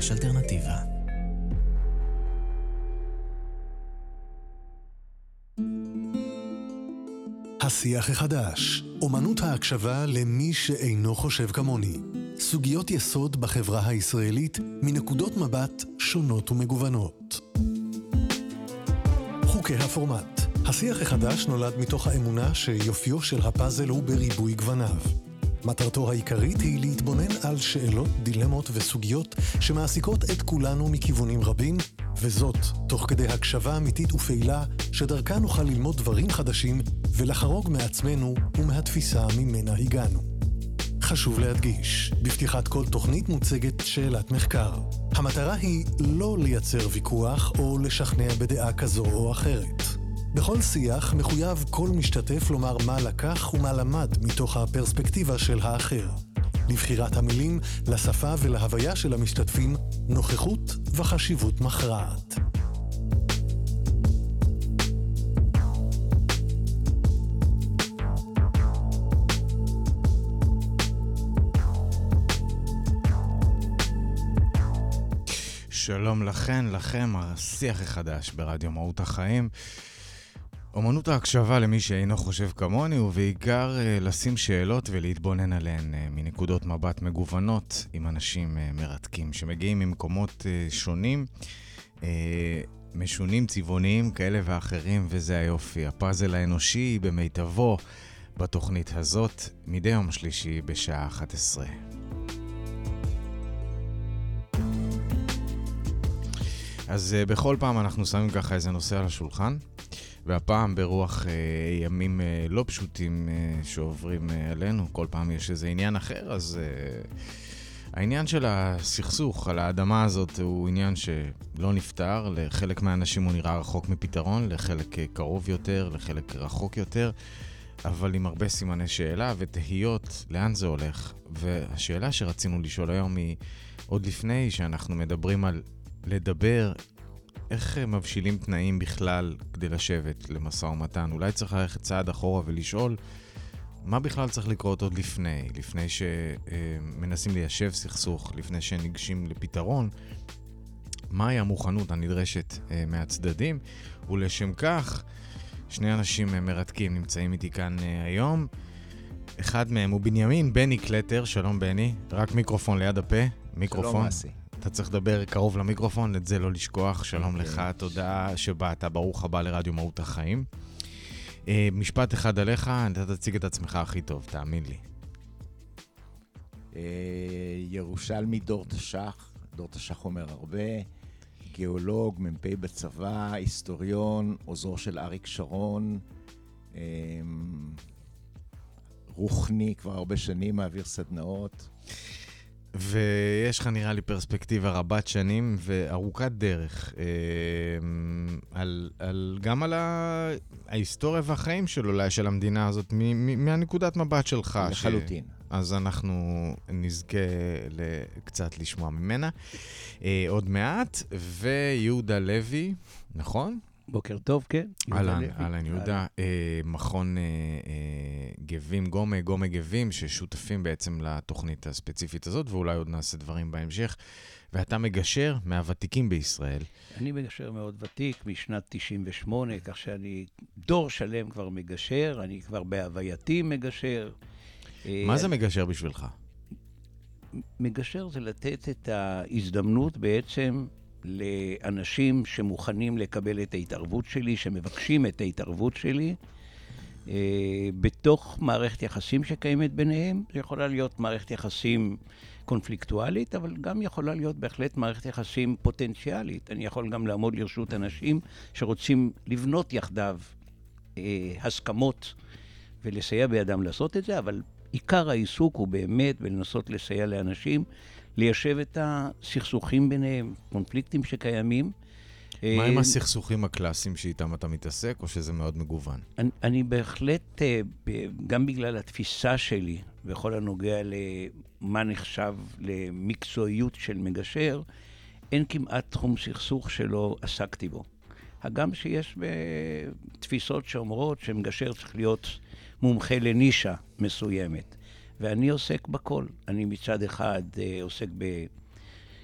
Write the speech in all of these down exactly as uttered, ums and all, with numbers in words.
יש אלטרנטיבה. השיח החדש, אומנות ההקשבה למי שאינו חושב כמוני. סוגיות יסוד בחברה הישראלית מנקודות מבט שונות ומגוונות. חוקי הפורמט. השיח החדש נולד מתוך האמונה שיופיו של הפאזל הוא בריבוי גווניו. מטרתו העיקרית היא להתבונן על שאלות, דילמות וסוגיות שמעסיקות את כולנו מכיוונים רבים, וזאת תוך כדי הקשבה אמיתית ופעילה שדרכה נוכל ללמוד דברים חדשים ולחרוג מעצמנו ומהתפיסה ממנה הגענו. חשוב להדגיש, בפתיחת כל תוכנית מוצגת שאלת מחקר. המטרה היא לא לייצר ויכוח או לשכנע בדעה כזו או אחרת. בכל שיח מחויב כל משתתף לומר מה לקח ומה למד מתוך הפרספקטיבה של האחר. לבחירת המילים, לשפה ולהוויה של המשתתפים, נוכחות וחשיבות מכרעת. שלום לכן, לכם, השיח החדש ברדיו מהות החיים. אומנות ההקשבה למי שאינו חושב כמוני, ובעיקר לשים שאלות ולהתבונן עליהן מנקודות מבט מגוונות עם אנשים מרתקים שמגיעים ממקומות שונים, משונים, צבעוניים כאלה ואחרים, וזה היופי. הפאזל האנושי במיטבו בתוכנית הזאת, מדי יום שלישי בשעה אחת עשרה. אז בכל פעם אנחנו שמים ככה איזה נושא על השולחן, והפעם ברוח אה, ימים אה, לא פשוטים אה, שעוברים אה, עלינו, כל פעם יש איזה עניין אחר, אז אה, העניין של הסכסוך על האדמה הזאת הוא עניין שלא נפתר, לחלק מהאנשים הוא נראה רחוק מפתרון, לחלק אה, קרוב יותר, לחלק רחוק יותר, אבל עם הרבה סימני שאלה ותהיות לאן זה הולך. והשאלה שרצינו לשאול היום היא, עוד לפני שאנחנו מדברים על לדבר, איך מבשילים תנאים בכלל כדי לשבת למשא ומתן? אולי צריך ללכת צעד אחורה ולשאול מה בכלל צריך לקרות עוד לפני, לפני שמנסים ליישב סכסוך, לפני שניגשים לפתרון, מהי המוכנות הנדרשת מהצדדים, ולשם כך שני אנשים מרתקים נמצאים איתי כאן היום. אחד מהם הוא בנימין, בני קלטר. שלום בני, רק מיקרופון ליד הפה, מיקרופון. שלום אסי. אתה צריך לדבר קרוב למיקרופון, את זה לא לשכוח. שלום לך, תודה שבאת, ברוך הבא לרדיו מהות החיים. משפט אחד עליך, אתה תציג את עצמך הכי טוב, תאמין לי. ירושלמי דור תש"ח, דור תש"ח אומר הרבה, גיאולוג, מ"פ בצבא, היסטוריון, עוזרו של אריק שרון, רוחני, כבר הרבה שנים מעביר סדנאות. ויש לך נראה לי פרספקטיבה רבת שנים וארוכת דרך, אה, על, על, גם על ה, ההיסטוריה והחיים של אולי של המדינה הזאת, מ, מ, מהנקודת מבט שלך. לחלוטין. ש... אז אנחנו נזכה קצת לשמוע ממנה אה, עוד מעט. ויהודה לוי, נכון? בוקר טוב, כן. אהלן, אהלן יהודה, אה, מכון אה, אה, גבים, גומה, גומה גבים, ששותפים בעצם לתוכנית הספציפית הזאת, ואולי עוד נעשה דברים בהמשך. ואתה מגשר מהוותיקים בישראל. אני מגשר מאוד ותיק, משנת תשעים ושמונה, כך שאני דור שלם כבר מגשר, אני כבר בהווייתי מגשר. מה זה מגשר בשבילך? מגשר זה לתת את ההזדמנות בעצם לאנשים שמוכנים לקבל את ההתערבות שלי, שמבקשים את ההתערבות שלי, אה, בתוך מערכת יחסים שקיימת ביניהם. זה יכולה להיות מערכת יחסים קונפליקטואלית, אבל גם יכולה להיות בהחלט מערכת יחסים פוטנציאלית. אני יכול גם לעמוד לרשות אנשים שרוצים לבנות יחדיו אה, הסכמות ולסייע בידם לעשות את זה, אבל עיקר העיסוק הוא באמת ולנסות לסייע לאנשים ליישב את הסכסוכים ביניהם, קונפליקטים שקיימים. מה עם הסכסוכים הקלאסיים שאיתם אתה מתעסק, או שזה מאוד מגוון? אני, אני בהחלט, גם בגלל התפיסה שלי, בכל הנוגע למה נחשב למקצועיות של מגשר, אין כמעט תחום סכסוך שלא עסקתי בו. הגם שיש בתפיסות שאומרות שמגשר צריך להיות מומחה לנישה מסוימת. ואני עוסק בכל. אני מצד אחד עוסק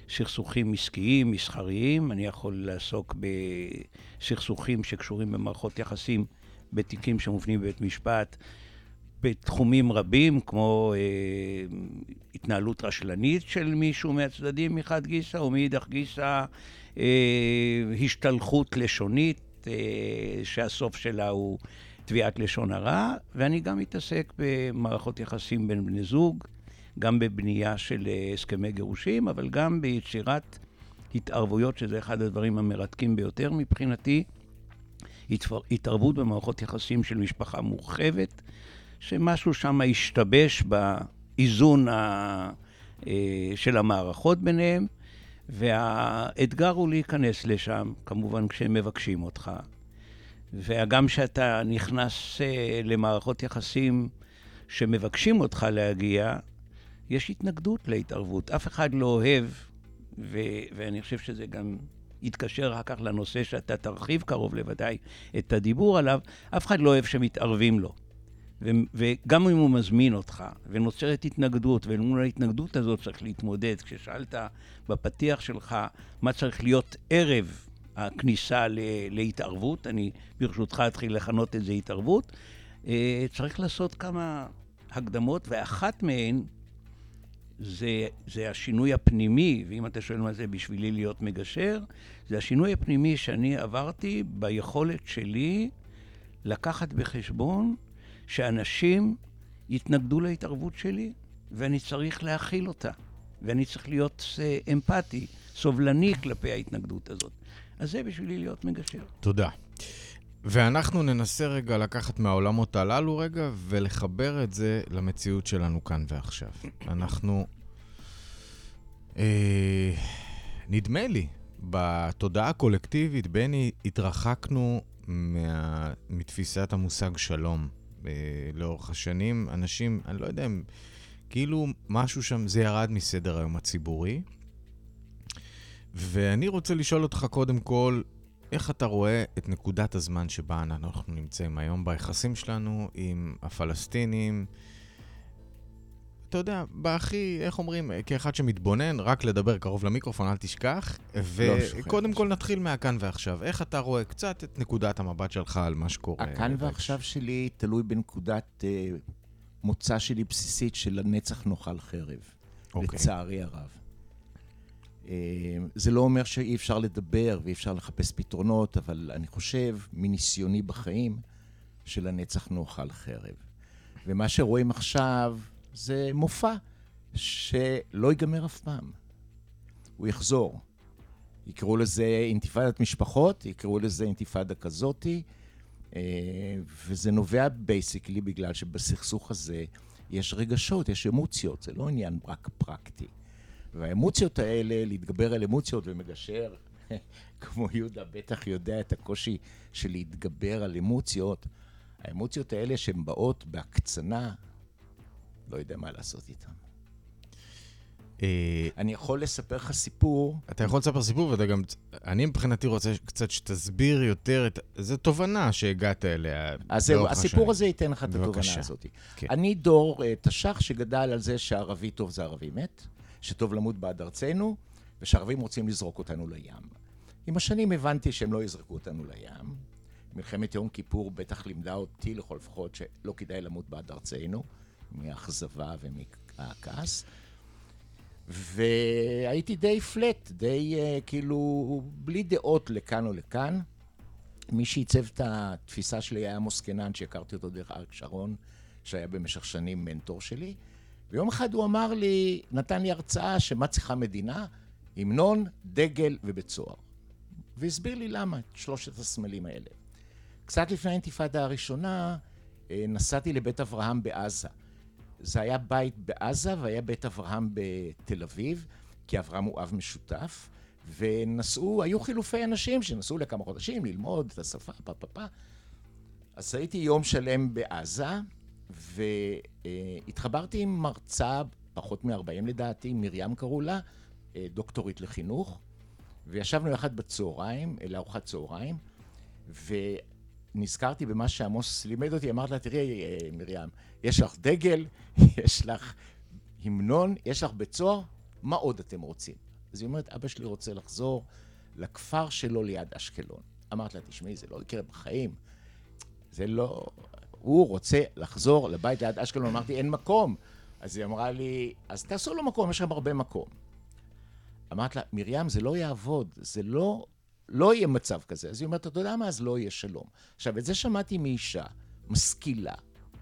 בסכסוכים עסקיים, מסחריים, אני יכול לעסוק בסכסוכים שקשורים במערכות יחסים, בתיקים שמופנים בבית משפט, בתחומים רבים, כמו אה, התנהלות רשלנית של מישהו מהצדדים מחד גיסא, או מאידך גיסא, אה, השתלחות לשונית, אה, שהסוף שלה הוא תביעת לשון הרע, ואני גם מתעסק במערכות יחסים בין בני זוג, גם בבנייה של אה, הסכמי גירושים, אבל גם ביצירת התערבויות, שזה אחד הדברים המרתקים ביותר מבחינתי, התערבות במערכות יחסים של משפחה מורחבת, שמשהו שם השתבש באיזון ה... של המערכות ביניהם, והאתגר הוא להיכנס לשם, כמובן כשהם מבקשים אותך. וגם שאתה נכנס למערכות יחסים שמבקשים אותך להגיע, יש התנגדות להתערבות. אף אחד לא אוהב, ו... ואני חושב שזה גם יתקשר אחר כך לנושא שאתה תרחיב קרוב לוודאי את הדיבור עליו, אף אחד לא אוהב שמתערבים לו. ו- וגם אם הוא מזמין אותך, ונוצרת התנגדות, ולמול ההתנגדות הזאת צריך להתמודד. כששאלת בפתיח שלך מה צריך להיות ערב הכניסה ל- להתערבות, אני ברשותך אתחיל לכנות את זה התערבות, אה, צריך לעשות כמה הקדמות, ואחת מהן זה, זה השינוי הפנימי, ואם אתה שואל מה זה בשבילי להיות מגשר, זה השינוי הפנימי שאני עברתי ביכולת שלי לקחת בחשבון שאנשים יתנגדו להתערבות שלי, ואני צריך להכיל אותה, ואני צריך להיות אמפתי, סובלני כלפי ההתנגדות הזאת. אז זה בשבילי להיות מגשר. תודה. ואנחנו ננסה רגע לקחת מהעולמות הללו רגע, ולחבר את זה למציאות שלנו כאן ועכשיו. אנחנו, אה, נדמה לי, בתודעה הקולקטיבית, בני, התרחקנו מה, מתפיסת המושג שלום. לאורך השנים, אנשים, אני לא יודע אם, כאילו משהו שם, זה ירד מסדר היום הציבורי. ואני רוצה לשאול אותך קודם כל, איך אתה רואה את נקודת הזמן שבה אנחנו נמצאים היום ביחסים שלנו עם הפלסטינים? אתה יודע, בהכי, איך אומרים, כאחד שמתבונן, רק לדבר קרוב למיקרופון, אל תשכח. וקודם כל נתחיל מהכאן ועכשיו. איך אתה רואה קצת את נקודת המבט שלך על מה שקורה? הכאן ועכשיו שלי תלוי בנקודת אה, מוצא שלי בסיסית של הנצח נאכל חרב. אוקיי. לצערי הרב. אה, זה לא אומר שאי אפשר לדבר ואי אפשר לחפש פתרונות, אבל אני חושב, מניסיוני בחיים, של הנצח נאכל חרב. ומה שרואים עכשיו זה מופע שלא ייגמר אף פעם. הוא יחזור. יקראו לזה אינתיפאדת משפחות, יקראו לזה אינתיפאדה כזאתי, וזה נובע בייסיקלי בגלל שבסכסוך הזה יש רגשות, יש אמוציות, זה לא עניין רק פרקטי. והאמוציות האלה, להתגבר על אמוציות ומגשר, כמו יהודה בטח יודע את הקושי של להתגבר על אמוציות, האמוציות האלה שהן באות בהקצנה, לא יודע מה לעשות איתם. אני יכול לספר לך סיפור. אתה יכול לספר סיפור, ואתה גם, אני מבחינתי רוצה קצת שתסביר יותר את, זו תובנה שהגעת אליה. אז זהו, הסיפור הזה ייתן לך את התובנה הזאת. אני דור תש"ח שגדל על זה שערבי טוב זה ערבי מת, שטוב למות בעד ארצנו, ושערבים רוצים לזרוק אותנו לים. עם השנים הבנתי שהם לא יזרקו אותנו לים. מלחמת יום כיפור בטח לימדה אותי לכל לפחות שלא כדאי למות בעד ארצנו, מהאכזבה ומהכעס. והייתי די פלט, די uh, כאילו בלי דעות לכאן או לכאן. מי שעיצב את התפיסה שלי היה עמוס קינן, שהכרתי אותו דרך אריק שרון, שהיה במשך שנים מנטור שלי. ויום אחד הוא אמר לי, נתן לי הרצאה שמה צריכה מדינה? המנון, דגל ובית סוהר. והסביר לי למה, את שלושת הסמלים האלה. קצת לפני האינתיפאדה הראשונה, נסעתי לבית אברהם בעזה. זה היה בית בעזה והיה בית אברהם בתל אביב, כי אברהם הוא אב משותף, ונסעו, היו חילופי אנשים שנסעו לכמה חודשים ללמוד את השפה, פה, פה, פה. אז הייתי יום שלם בעזה, והתחברתי עם מרצה, פחות מ-ארבעים לדעתי, מרים קראו לה, דוקטורית לחינוך, וישבנו יחד בצהריים, לארוחת צהריים, ונזכרתי במה שעמוס לימד אותי, אמרת לה, תראי מרים, יש לך דגל, יש לך המנון, יש לך בית סוהר, מה עוד אתם רוצים? אז היא אומרת, אבא שלי רוצה לחזור לכפר שלו ליד אשקלון. אמרת לה, תשמעי, זה לא יקרה בחיים. זה לא... הוא רוצה לחזור לבית ליד אשקלון. אמרתי, אין מקום. אז היא אמרה לי, אז תעשו לו מקום, יש שם הרבה מקום. אמרת לה, מרים, זה לא יעבוד, זה לא, לא יהיה מצב כזה. אז היא אומרת, אתה יודע מה? אז לא יהיה שלום. עכשיו, את זה שמעתי מאישה, משכילה,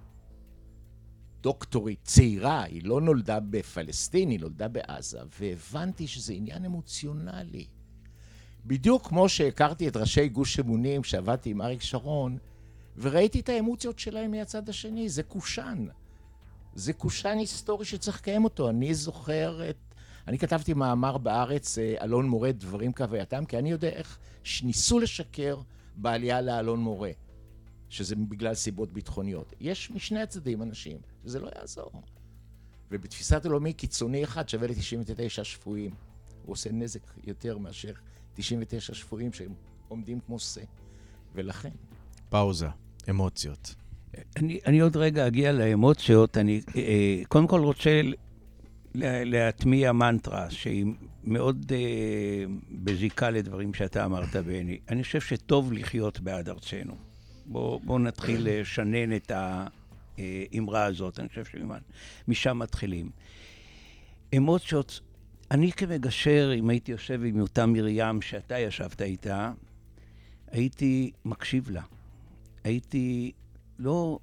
דוקטורית, צעירה, היא לא נולדה בפלסטין, היא נולדה בעזה, והבנתי שזה עניין אמוציונלי. בדיוק כמו שהכרתי את ראשי גוש אמונים, כשעבדתי עם אריק שרון, וראיתי את האמוציות שלהם מהצד השני, זה קושן. זה קושן היסטורי שצריך לקיים אותו. אני זוכר את... אני כתבתי מאמר בארץ, אלון מורה, דברים כהווייתם, כי אני יודע איך שניסו לשקר בעלייה לאלון מורה, שזה בגלל סיבות ביטחוניות. יש משני הצדדים אנשים, וזה לא יעזור. ובתפיסת עולמי קיצוני אחד שווה ל-תשעים ותשע שפויים. הוא עושה נזק יותר מאשר תשעים ותשע שפויים שהם עומדים כמו שא. ולכן... פאוזה, אמוציות. אני, אני עוד רגע אגיע לאמוציות. אני אה, קודם כל רוצה לה, להטמיע מנטרה שהיא מאוד אה, בזיקה לדברים שאתה אמרת, בני. אני חושב שטוב לחיות בעד ארצנו. בוא, בוא נתחיל לשנן את האמרה הזאת. אני חושב שמשם מתחילים. אמוציות, אני כמגשר, אם הייתי יושב עם אותה מרים שאתה ישבת איתה, הייתי מקשיב לה. הייתי לא,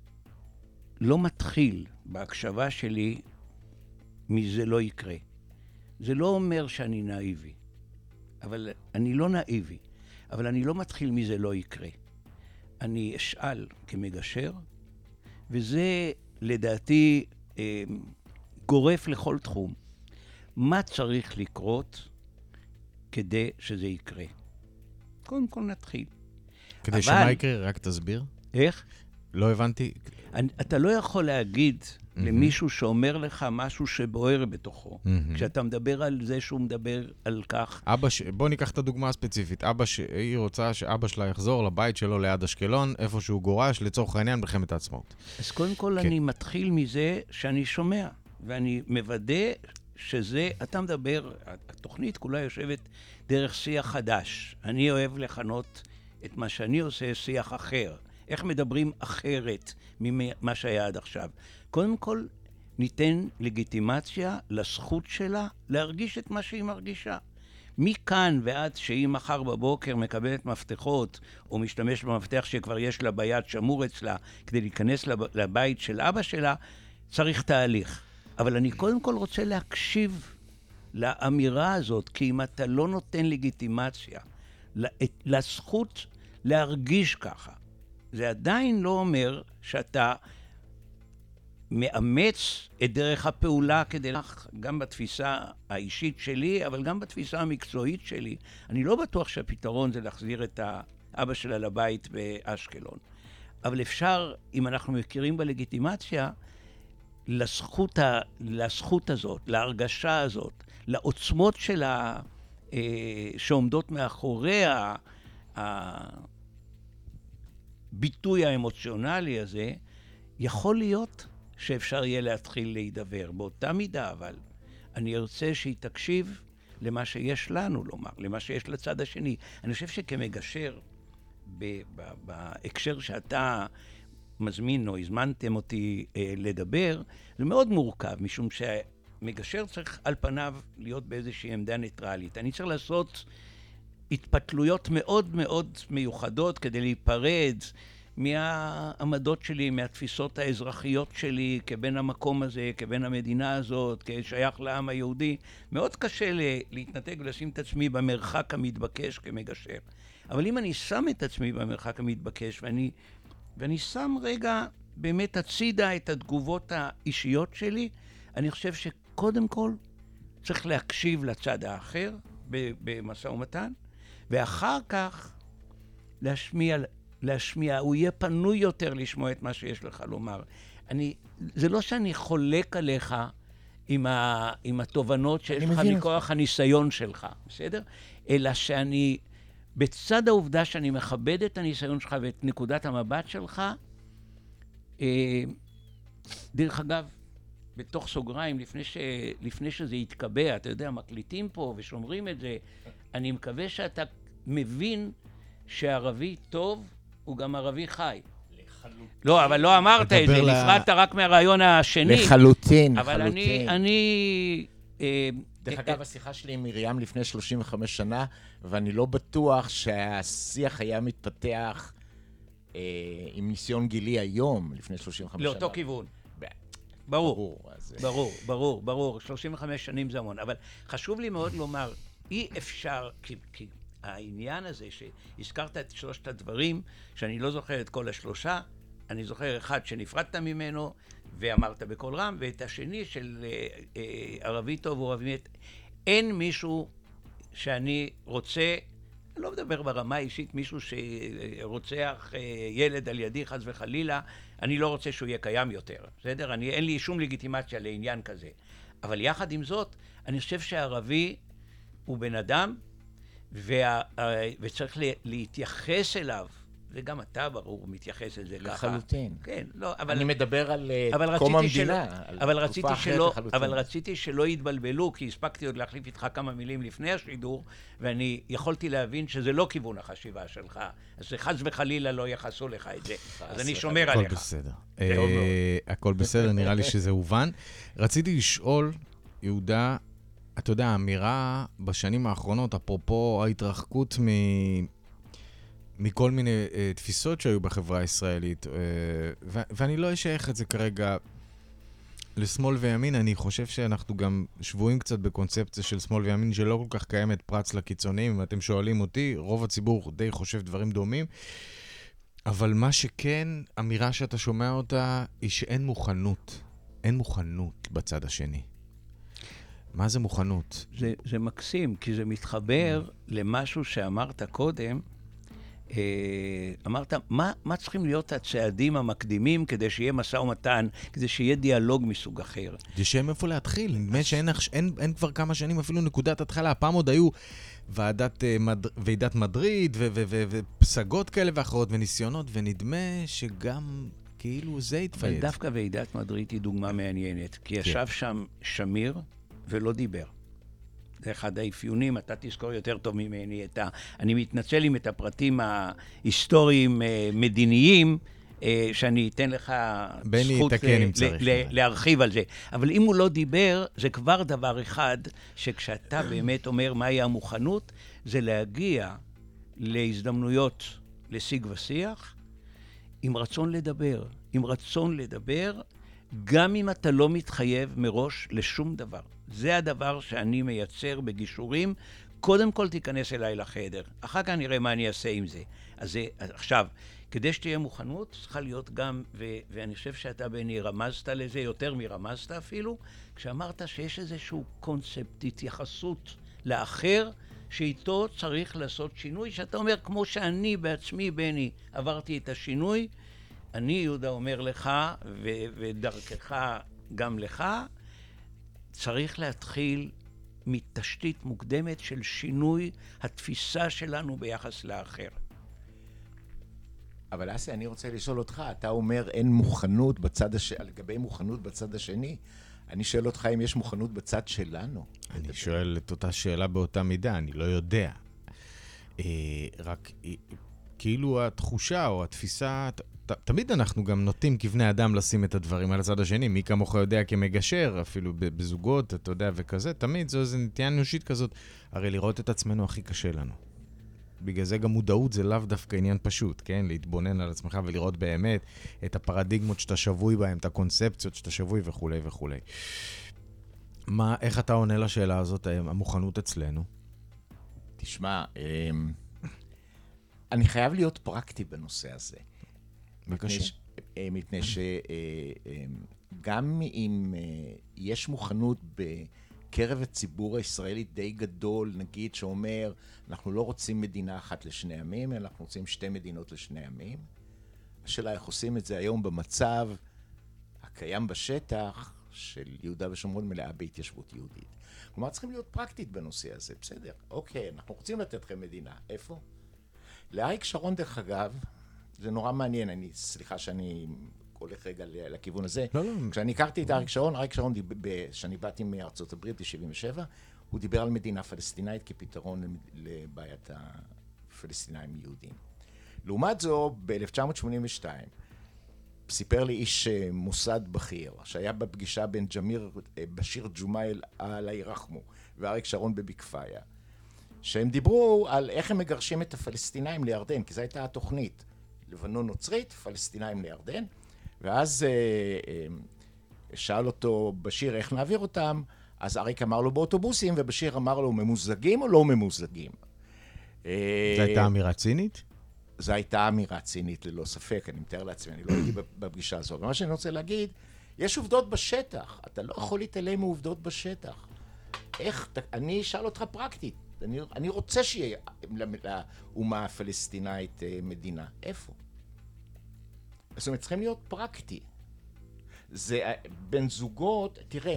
לא מתחיל בהקשבה שלי מזה לא יקרה. זה לא אומר שאני נאיבי, אבל אני לא נאיבי, אבל אני לא מתחיל מזה לא יקרה. אני אשאל כמגשר, וזה לדעתי אה, גורף לכל תחום. מה צריך לקרות כדי שזה יקרה? קודם כל נתחיל. כדי אבל... שמה יקרה? רק תסביר. איך? לא הבנתי. אני, אתה לא יכול להגיד mm-hmm. למישהו שאומר לך משהו שבוער בתוכו, mm-hmm. כשאתה מדבר על זה שהוא מדבר על כך. אבא ש... בוא ניקח את הדוגמה הספציפית. אבא ש... היא רוצה שאבא שלה יחזור לבית שלו ליד אשקלון, איפה שהוא גורש, לצורך העניין מלחמת העצמאות. אז קודם כל כן. אני מתחיל מזה שאני שומע, ואני מוודא שזה, אתה מדבר, התוכנית כולה יושבת דרך שיח חדש. אני אוהב לכנות את מה שאני עושה שיח אחר. איך מדברים אחרת ממה שהיה עד עכשיו. קודם כל, ניתן לגיטימציה לזכות שלה להרגיש את מה שהיא מרגישה. מכאן ועד שהיא מחר בבוקר מקבלת מפתחות, או משתמש במפתח שכבר יש לה ביד שמור אצלה, כדי להיכנס לבית של אבא שלה, צריך תהליך. אבל אני קודם כל רוצה להקשיב לאמירה הזאת, כי אם אתה לא נותן לגיטימציה לזכות להרגיש ככה, זה עדיין לא אומר שאתה מאמץ את דרך הפעולה כדי לך, גם בתפיסה האישית שלי, אבל גם בתפיסה המקצועית שלי. אני לא בטוח שהפתרון זה להחזיר את האבא שלה לבית באשקלון. אבל אפשר, אם אנחנו מכירים בלגיטימציה, לזכות, ה, לזכות הזאת, להרגשה הזאת, לעוצמות שלה, אה, שעומדות מאחורי ה... ה ביטוי האמוציונלי הזה, יכול להיות שאפשר יהיה להתחיל להידבר באותה מידה, אבל אני ארצה שהיא תקשיב למה שיש לנו לומר, למה שיש לצד השני. אני חושב שכמגשר, ב- ב- בהקשר שאתה מזמין או הזמנתם אותי אה, לדבר, זה מאוד מורכב, משום שמגשר צריך על פניו להיות באיזושהי עמדה ניטרלית. אני צריך לעשות התפתלויות מאוד מאוד מיוחדות כדי להיפרד מהעמדות שלי, מהתפיסות האזרחיות שלי, כבן המקום הזה, כבן המדינה הזאת, כשייך לעם היהודי. מאוד קשה להתנתק ולשים את עצמי במרחק המתבקש כמגשר. אבל אם אני שם את עצמי במרחק המתבקש, ואני, ואני שם רגע באמת הצידה את התגובות האישיות שלי, אני חושב שקודם כל צריך להקשיב לצד האחר במשא ומתן, ואחר כך להשמיע, להשמיע, הוא יהיה פנוי יותר לשמוע את מה שיש לך לומר. אני, זה לא שאני חולק עליך עם, ה, עם התובנות שיש לך מכוח הניסיון שלך, בסדר? אלא שאני, בצד העובדה שאני מכבד את הניסיון שלך ואת נקודת המבט שלך, אה, דרך אגב, בתוך סוגריים, לפני, ש... לפני שזה יתקבע, אתה יודע, מקליטים פה ושומרים את זה, אני מקווה שאתה מבין שערבי טוב הוא גם ערבי חי. לחלוטין. לא, אבל לא אמרת את זה, לה... נפרדת רק מהרעיון השני. לחלוטין, אבל לחלוטין. אני... אני אה, דרך אה, אגב, אה, השיחה שלי עם מרים לפני שלושים וחמש שנה, ואני לא בטוח שהשיח היה מתפתח אה, עם ניסיון גילי היום, לפני שלושים וחמש שנה. לאותו כיוון. ב... ברור, ברור, אז... ברור, ברור, ברור, שלושים וחמש שנים זה המון, אבל חשוב לי מאוד לומר, אי אפשר, כי, כי העניין הזה שהזכרת את שלושת הדברים, שאני לא זוכר את כל השלושה, אני זוכר אחד שנפרדת ממנו ואמרת בקול רם, ואת השני של אה, אה, ערבי טוב או ערבי מת. אין מישהו שאני רוצה, אני לא מדבר ברמה האישית, מישהו שרוצח אה, ילד על ידי חס וחלילה, אני לא רוצה שהוא יהיה קיים יותר, בסדר? אני, אין לי שום לגיטימציה לעניין כזה. אבל יחד עם זאת, אני חושב שהערבי הוא בן אדם, וה, וצריך להתייחס אליו, וגם אתה ברור מתייחס לזה ככה. לחלוטין. כן, לא, אבל... אני מדבר על אבל קום המדינה, שלא, על אבל תקופה רציתי אחרת שלא, לחלוטין. אבל רציתי שלא יתבלבלו, כי הספקתי עוד להחליף איתך כמה מילים לפני השידור, ואני יכולתי להבין שזה לא כיוון החשיבה שלך, אז חס וחלילה לא יחסו לך את זה. אז אני שומר עליך. הכל בסדר. הכל בסדר, נראה לי שזה הובן. רציתי לשאול, יהודה, אתה יודע, האמירה בשנים האחרונות, אפרופו ההתרחקות מ... מכל מיני uh, תפיסות שהיו בחברה הישראלית, uh, ו- ואני לא אשייך את זה כרגע לשמאל וימין, אני חושב שאנחנו גם שבועים קצת בקונספציה של שמאל וימין, שלא כל כך קיימת פרץ לקיצוניים, אם אתם שואלים אותי, רוב הציבור די חושב דברים דומים, אבל מה שכן, אמירה שאתה שומע אותה, היא שאין מוכנות, אין מוכנות בצד השני. מה זה מוכנות? זה, זה מקסים, כי זה מתחבר למשהו שאמרת קודם, אמרת, מה, מה צריכים להיות הצעדים המקדימים כדי שיהיה משא ומתן, כדי שיהיה דיאלוג מסוג אחר? זה שם איפה להתחיל, נדמה שאין אין, אין כבר כמה שנים אפילו נקודת התחלה, הפעם עוד היו ועדת, מד, ועידת מדריד ו, ו, ו, ופסגות כאלה ואחרות וניסיונות, ונדמה שגם כאילו זה התפייד. אבל דווקא ועידת מדריד היא דוגמה מעניינת, כי ישב שם שמיר ולא דיבר. זה אחד האפיונים, אתה תזכור יותר טוב ממני את ה... אני מתנצל עם את הפרטים ההיסטוריים מדיניים, שאני אתן לך זכות להרחיב על זה. אבל אם הוא לא דיבר, זה כבר דבר אחד, שכשאתה באמת אומר מהי המוכנות, זה להגיע להזדמנויות לשיג ושיח, עם רצון לדבר. עם רצון לדבר, גם אם אתה לא מתחייב מראש לשום דבר. זה הדבר שאני מייצר בגישורים. קודם כל תיכנס אליי לחדר, אחר כך נראה מה אני אעשה עם זה. אז זה, עכשיו, כדי שתהיה מוכנות, צריכה להיות גם, ו- ואני חושב שאתה בני רמזת לזה, יותר מרמזת אפילו, כשאמרת שיש איזשהו קונספט, התייחסות לאחר, שאיתו צריך לעשות שינוי, שאתה אומר, כמו שאני בעצמי, בני, עברתי את השינוי, אני, יהודה, אומר לך, ו- ודרכך גם לך, צריך להתחיל מתשתית מוקדמת של שינוי התפיסה שלנו ביחס לאחר. אבל אסי, אני רוצה לשאול אותך, אתה אומר אין מוכנות בצד השני, לגבי מוכנות בצד השני, אני שואל אותך אם יש מוכנות בצד שלנו. אני שואל את אותה שאלה באותה מידה, אני לא יודע. רק כאילו התחושה או התפיסה, תמיד אנחנו גם נוטים כבני אדם לשים את הדברים על הצד השני, מי כמוך יודע כמגשר, אפילו בזוגות, אתה יודע, וכזה, תמיד זו איזו נטייה אנושית כזאת, הרי לראות את עצמנו הכי קשה לנו. בגלל זה גם מודעות זה לאו דווקא עניין פשוט, כן? להתבונן על עצמך ולראות באמת את הפרדיגמות שאתה שבוי בהם, את הקונספציות שאתה שבוי וכו' וכו'. מה, איך אתה עונה לשאלה הזאת, המוכנות אצלנו? תשמע, אני חייב להיות פרקטי בנושא הזה. בבקשה. מפני שגם אם יש מוכנות בקרב הציבור הישראלי די גדול, נגיד שאומר, אנחנו לא רוצים מדינה אחת לשני עמים, אנחנו רוצים שתי מדינות לשני עמים. השאלה איך עושים את זה היום במצב הקיים בשטח של יהודה ושומרון מלאה בהתיישבות יהודית. כלומר, צריכים להיות פרקטית בנושא הזה, בסדר? אוקיי, אנחנו רוצים לתת לכם מדינה. איפה? לאריק שרון, דרך אגב, זה נורא מעניין, אני, סליחה שאני הולך רגע לכיוון הזה. לא, לא. כשאני הכרתי את אריק שרון, אריק שרון, כשאני באתי מארצות הברית ב-שבעים ושבע, הוא דיבר על מדינה פלסטינאית כפתרון לבעיית הפלסטינאים יהודים. לעומת זו, ב-אלף תשע מאות שמונים ושתיים, סיפר לי איש מוסד בכיר, שהיה בפגישה בין ג'מיר בשיר ג'ומייל אללה ירחמו ואריק שרון בבקפיה, שהם דיברו על איך הם מגרשים את הפלסטינאים לירדן, כי זו הייתה התוכנית, לבנון נוצרית, פלסטינאים לירדן, ואז אה, אה, שאל אותו בשיר איך נעביר אותם, אז אריק אמר לו באוטובוסים, ובשיר אמר לו ממוזגים או לא ממוזגים. זו הייתה אמירה צינית? זו הייתה אמירה צינית ללא ספק, אני מתאר לעצמי, אני לא הייתי בפגישה הזו. ומה שאני רוצה להגיד, יש עובדות בשטח, אתה לא יכול להתעלם מעובדות בשטח. איך, אני אשאל אותך פרקטית, אני, אני רוצה שיהיה לאומה הפלסטינאית מדינה. איפה? זאת אומרת, צריכים להיות פרקטי. זה בין זוגות, תראה,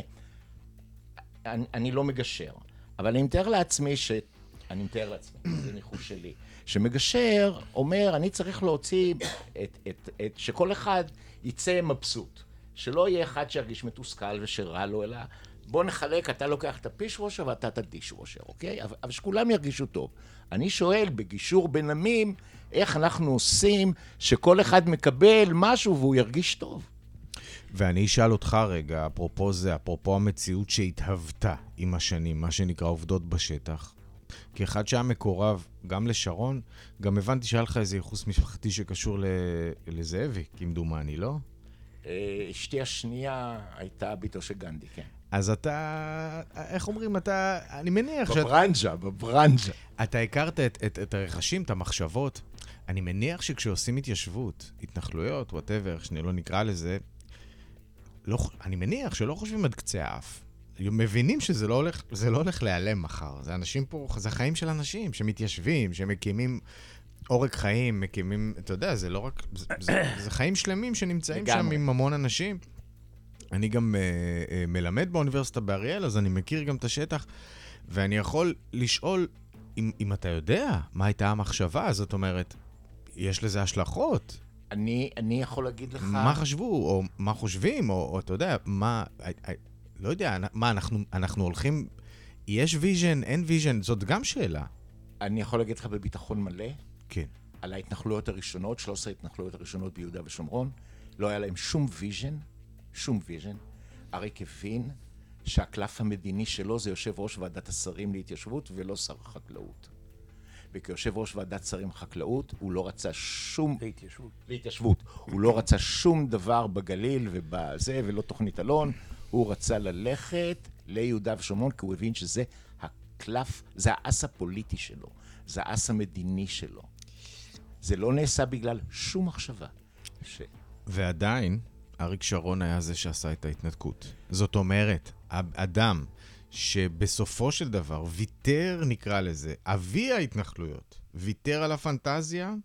אני, אני לא מגשר, אבל אני מתאר לעצמי ש... אני מתאר לעצמי, זה ניחוש שלי. שמגשר אומר, אני צריך להוציא את, את, את, שכל אחד יצא מבסוט. שלא יהיה אחד שירגיש מתוסכל ושרע לו, אלא בוא נחלק, אתה לוקח את הפיש רושר ואתה את הדיש רושר, אוקיי? אבל, אבל שכולם ירגישו טוב. אני שואל, בגישור בין עמים, איך אנחנו עושים שכל אחד מקבל משהו והוא ירגיש טוב? ואני אשאל אותך רגע, אפרופו זה, אפרופו המציאות שהתהוותה עם השנים, מה שנקרא עובדות בשטח. כאחד שהיה מקורב גם לשרון, גם הבנתי שהיה לך איזה ייחוס משפחתי שקשור לזאבי, כמדומני, לא? אשתי השנייה הייתה ביתו של גנדי, כן. אז אתה, איך אומרים, אתה, אני מניח ש... בברנג'ה, בברנג'ה. אתה הכרת את, את, את הרכשים, את המחשבות. אני מניח שכשעושים התיישבות, התנחלויות, whatever, איך שאני לא נקרא לזה, לא, אני מניח שלא חושבים עד קצה האף. מבינים שזה לא הולך, זה לא הולך להיעלם מחר. זה אנשים פה, זה חיים של אנשים שמתיישבים, שמקימים עורק חיים, מקימים, אתה יודע, זה לא רק, זה, זה, זה חיים שלמים שנמצאים שם עם המון אנשים. אני גם uh, uh, מלמד באוניברסיטה באריאל, אז אני מכיר גם את השטח, ואני יכול לשאול אם, אם אתה יודע מה הייתה המחשבה, זאת אומרת, יש לזה השלכות. אני, אני יכול להגיד לך... מה חשבו, או מה חושבים, או, או אתה יודע, מה... I, I, לא יודע, מה, אנחנו, אנחנו הולכים... יש ויז'ן, אין ויז'ן, זאת גם שאלה. אני יכול להגיד לך בביטחון מלא. כן. על ההתנחלויות הראשונות, שלוש עשרה ההתנחלויות הראשונות ביהודה ושומרון, לא היה להם שום ויז'ן, שום ויז'ן. אריק הבין שהקלף המדיני שלו זה יושב ראש ועדת השרים להתיישבות ולא שר החקלאות. וכיושב ראש ועדת שרים חקלאות, הוא לא רצה שום... להתיישבות. להתיישבות. הוא לא רצה שום דבר בגליל ובזה, ולא תוכנית אלון. הוא רצה ללכת ליהודה ושומרון, כי הוא הבין שזה הקלף, זה האס הפוליטי שלו, זה האס המדיני שלו. זה לא נעשה בגלל שום מחשבה. ש... ועדיין, אריק שרון היה זה שעשה את ההתנתקות. זאת אומרת, אדם שבסופו של דבר ויתר, נקרא לזה, אבי ההתנחלויות, ויתר על הפנטזיה,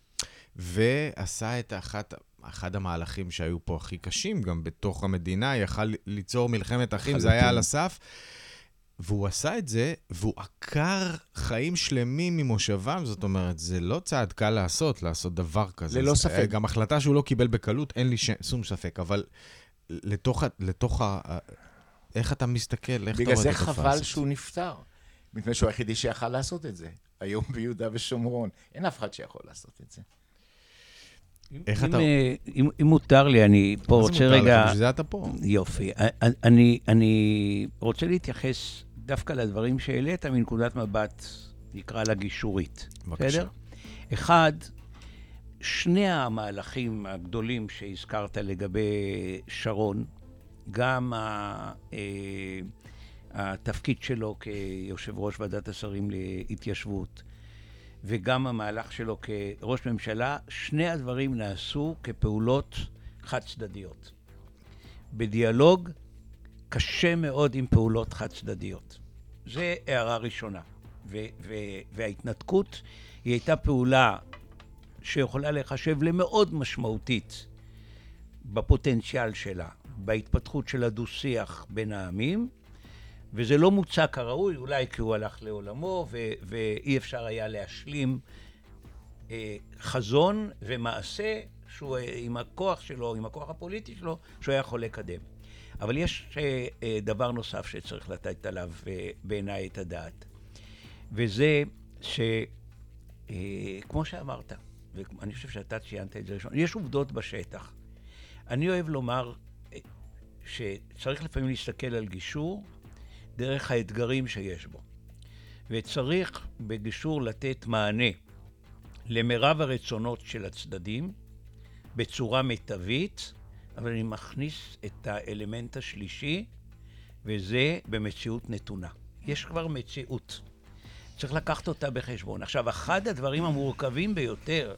ועשה את אחת... אחד המהלכים שהיו פה הכי קשים, גם בתוך המדינה, יכל ליצור מלחמת אחים, זה היה על הסף, והוא עשה את זה, והוא עקר חיים שלמים ממושבם, זאת אומרת, זה לא צעד קל לעשות, לעשות דבר כזה. ללא ספק. גם החלטה שהוא לא קיבל בקלות, אין לי ש... שום ספק, אבל לתוך, לתוך ה... איך אתה מסתכל, איך אתה רואה את התופעה הזאת? בגלל זה חבל שהוא נפטר, מפני שהוא היחידי שיכל לעשות את זה, היום ביהודה ושומרון. אין אף אחד שיכול לעשות את זה. איך אם, אתה... אם, אם מותר לי, אני פה רוצה רגע... בשביל זה אתה פה. יופי. אני, אני רוצה להתייחס דווקא לדברים שהעלית מנקודת מבט, נקרא לה גישורית. בבקשה. בסדר? אחד, שני המהלכים הגדולים שהזכרת לגבי שרון, גם ה, התפקיד שלו כיושב ראש ועדת השרים להתיישבות, וגם המהלך שלו כראש ממשלה, שני הדברים נעשו כפעולות חד צדדיות. בדיאלוג קשה מאוד עם פעולות חד צדדיות. זה הערה ראשונה. ו- ו- וההתנתקות היא הייתה פעולה שיכולה לחשב למאוד משמעותית בפוטנציאל שלה, בהתפתחות של הדו-שיח בין העמים, וזה לא מוצע כראוי, אולי כי הוא הלך לעולמו, ו- ואי אפשר היה להשלים אה, חזון ומעשה שהוא, עם הכוח שלו, עם הכוח הפוליטי שלו, שהוא היה יכול לקדם. אבל יש דבר נוסף שצריך לתת עליו בעיניי את הדעת. וזה שכמו שאמרת, ואני חושב שאתה ציינת את זה ראשון, יש עובדות בשטח. אני אוהב לומר שצריך לפעמים להסתכל על גישור דרך האתגרים שיש בו. וצריך בגישור לתת מענה למרב הרצונות של הצדדים בצורה מיטבית, אבל אני מכניס את האלמנט השלישי, וזה במציאות נתונה. יש כבר מציאות. צריך לקחת אותה בחשבון. עכשיו, אחד הדברים המורכבים ביותר,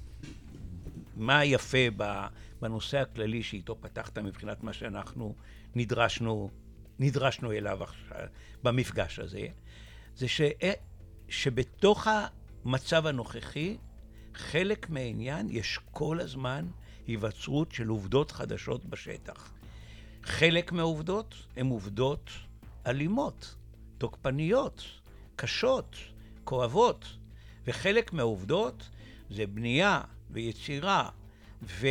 מה יפה בנושא הכללי שאיתו פתחת מבחינת מה שאנחנו נדרשנו, נדרשנו אליו עכשיו, במפגש הזה, זה ש... שבתוך המצב הנוכחי, חלק מהעניין יש כל הזמן היווצרות של עובדות חדשות בשטח. חלק מהעובדות הן עובדות אלימות, תוקפניות, קשות, כואבות, וחלק מהעובדות זה בנייה ויצירה ו...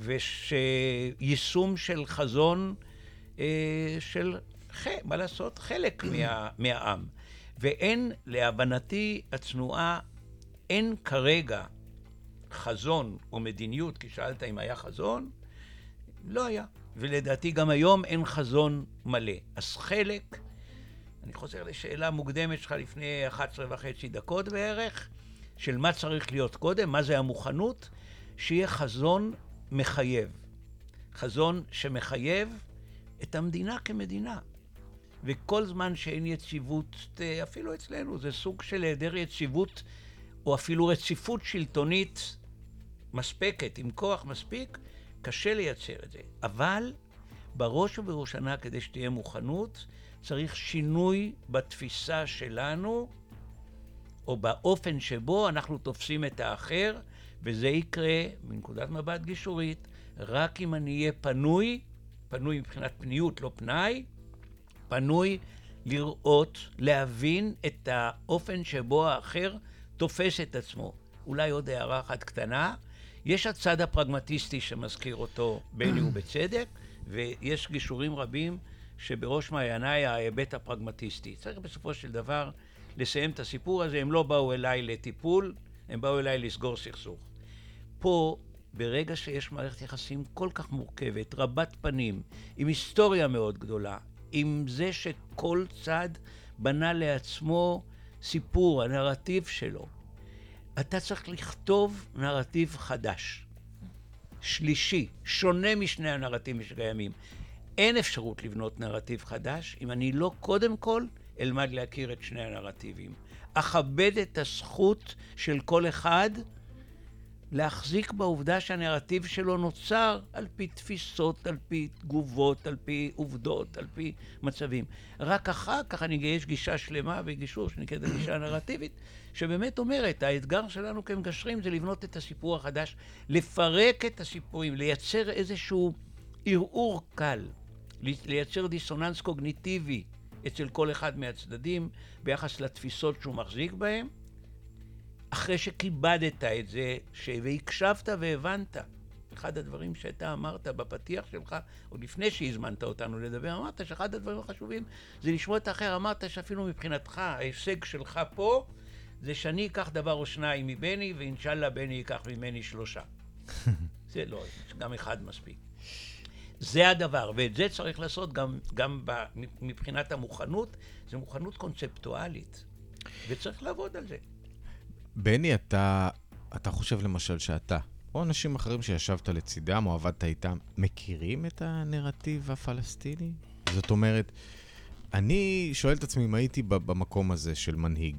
ויישום של חזון אה, של, ח... מה לעשות, חלק מה... מהעם. ואין, להבנתי הצנועה, אין כרגע חזון או מדיניות, כי שאלת אם היה חזון, לא היה. ולדעתי גם היום אין חזון מלא. אז חלק, אני חוזר לשאלה מוקדמת שלך לפני אחת עשרה וחצי דקות בערך, של מה צריך להיות קודם, מה זה המוכנות, שיהיה חזון מחייב. חזון שמחייב את המדינה כמדינה. וכל זמן שאין יציבות, אפילו אצלנו, זה סוג של היעדר יציבות, או אפילו רציפות שלטונית מספקת, עם כוח מספיק, קשה לייצר את זה. אבל בראש ובראשונה, כדי שתהיה מוכנות, צריך שינוי בתפיסה שלנו, או באופן שבו אנחנו תופסים את האחר, וזה יקרה מנקודת מבט גישורית, רק אם אני אהיה פנוי, פנוי מבחינת פניות, לא פנאי, פנוי לראות, להבין את האופן שבו האחר תופס את עצמו. אולי עוד הערה אחת קטנה, יש הצד הפרגמטיסטי שמזכיר אותו בני ובצדק, ויש גישורים רבים שבראש מעייניי ההיבט הפרגמטיסטי. צריך בסופו של דבר לסיים את הסיפור הזה, הם לא באו אליי לטיפול, הם באו אליי לסגור סכסוך. פה, ברגע שיש מערכת יחסים כל כך מורכבת, רבת פנים, עם היסטוריה מאוד גדולה, עם זה שכל צד בנה לעצמו סיפור, הנרטיב שלו, אתה צריך לכתוב נרטיב חדש, שלישי, שונה משני הנרטיבים שקיימים. אין אפשרות לבנות נרטיב חדש אם אני לא קודם כל אלמד להכיר את שני הנרטיבים. אכבד את הזכות של כל אחד להחזיק בעובדה שהנרטיב שלו נוצר על פי תפיסות, על פי תגובות, על פי עובדות, על פי מצבים. רק אחר כך אני יש גישה שלמה וגישור שנקראת גישה נרטיבית, שבאמת אומרת, האתגר שלנו כמגשרים זה לבנות את הסיפור החדש, לפרק את הסיפורים, לייצר איזשהו ערעור קל, לייצר דיסוננס קוגניטיבי אצל כל אחד מהצדדים ביחס לתפיסות שהוא מחזיק בהם, אחרי שכיבדת את זה, והקשבת והבנת. אחד הדברים שאתה אמרת בפתיח שלך, עוד לפני שהזמנת אותנו לדבר, אמרת שאחד הדברים החשובים זה לשמוע את האחר. אמרת שאפילו מבחינתך, ההישג שלך פה, זה שאני אקח דבר או שניים מבני, ואינשאללה בני ייקח ממני שלושה. זה לא, גם אחד מספיק. זה הדבר, ואת זה צריך לעשות גם, גם מבחינת המוכנות, זה מוכנות קונספטואלית, וצריך לעבוד על זה. בני, אתה, אתה חושב למשל שאתה, או אנשים אחרים שישבת לצידם או עבדת איתם, מכירים את הנרטיב הפלסטיני? זאת אומרת, אני שואל את עצמי אם הייתי במקום הזה של מנהיג.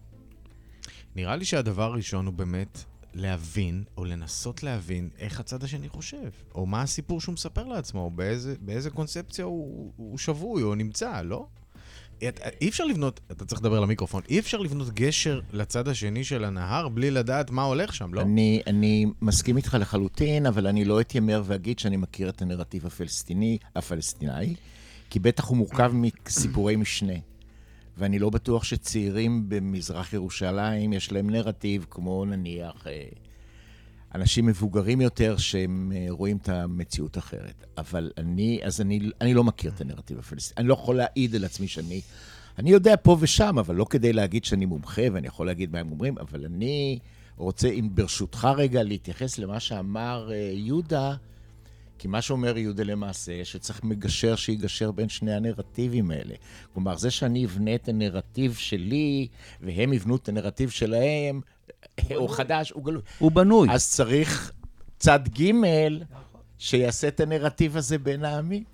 נראה לי שהדבר הראשון הוא באמת להבין, או לנסות להבין איך הצד השני חושב, או מה הסיפור שהוא מספר לעצמו, או באיזה, באיזה קונספציה הוא, הוא שבוי או נמצא, לא? אי אפשר לבנות, אתה צריך לדבר למיקרופון, אי אפשר לבנות גשר לצד השני של הנהר בלי לדעת מה הולך שם, לא? אני, אני מסכים איתך לחלוטין, אבל אני לא אתיימר ואגיד שאני מכיר את הנרטיב הפלסטיני, הפלסטיני, כי בטח הוא מורכב מסיפורי משנה. ואני לא בטוח שצעירים במזרח ירושלים יש להם נרטיב כמו נניח אנשים מבוגרים יותר שהם רואים את המציאות אחרת. אבל אני, אז אני, אני לא מכיר את הנרטיב הפלסטיני. אני לא יכול להעיד על עצמי שאני, אני יודע פה ושם, אבל לא כדי להגיד שאני מומחה, ואני יכול להגיד מה הם אומרים, אבל אני רוצה, אם ברשותך רגע, להתייחס למה שאמר יהודה, כי מה שאומר יהודה למעשה, שצריך מגשר שיגשר בין שני הנרטיבים האלה. כלומר, זה שאני אבנה את הנרטיב שלי, והם יבנו את הנרטיב שלהם, הוא, הוא חדש, הוא גלוי. הוא בנוי. אז צריך צד ג' שיעשה את הנרטיב הזה בין העמים.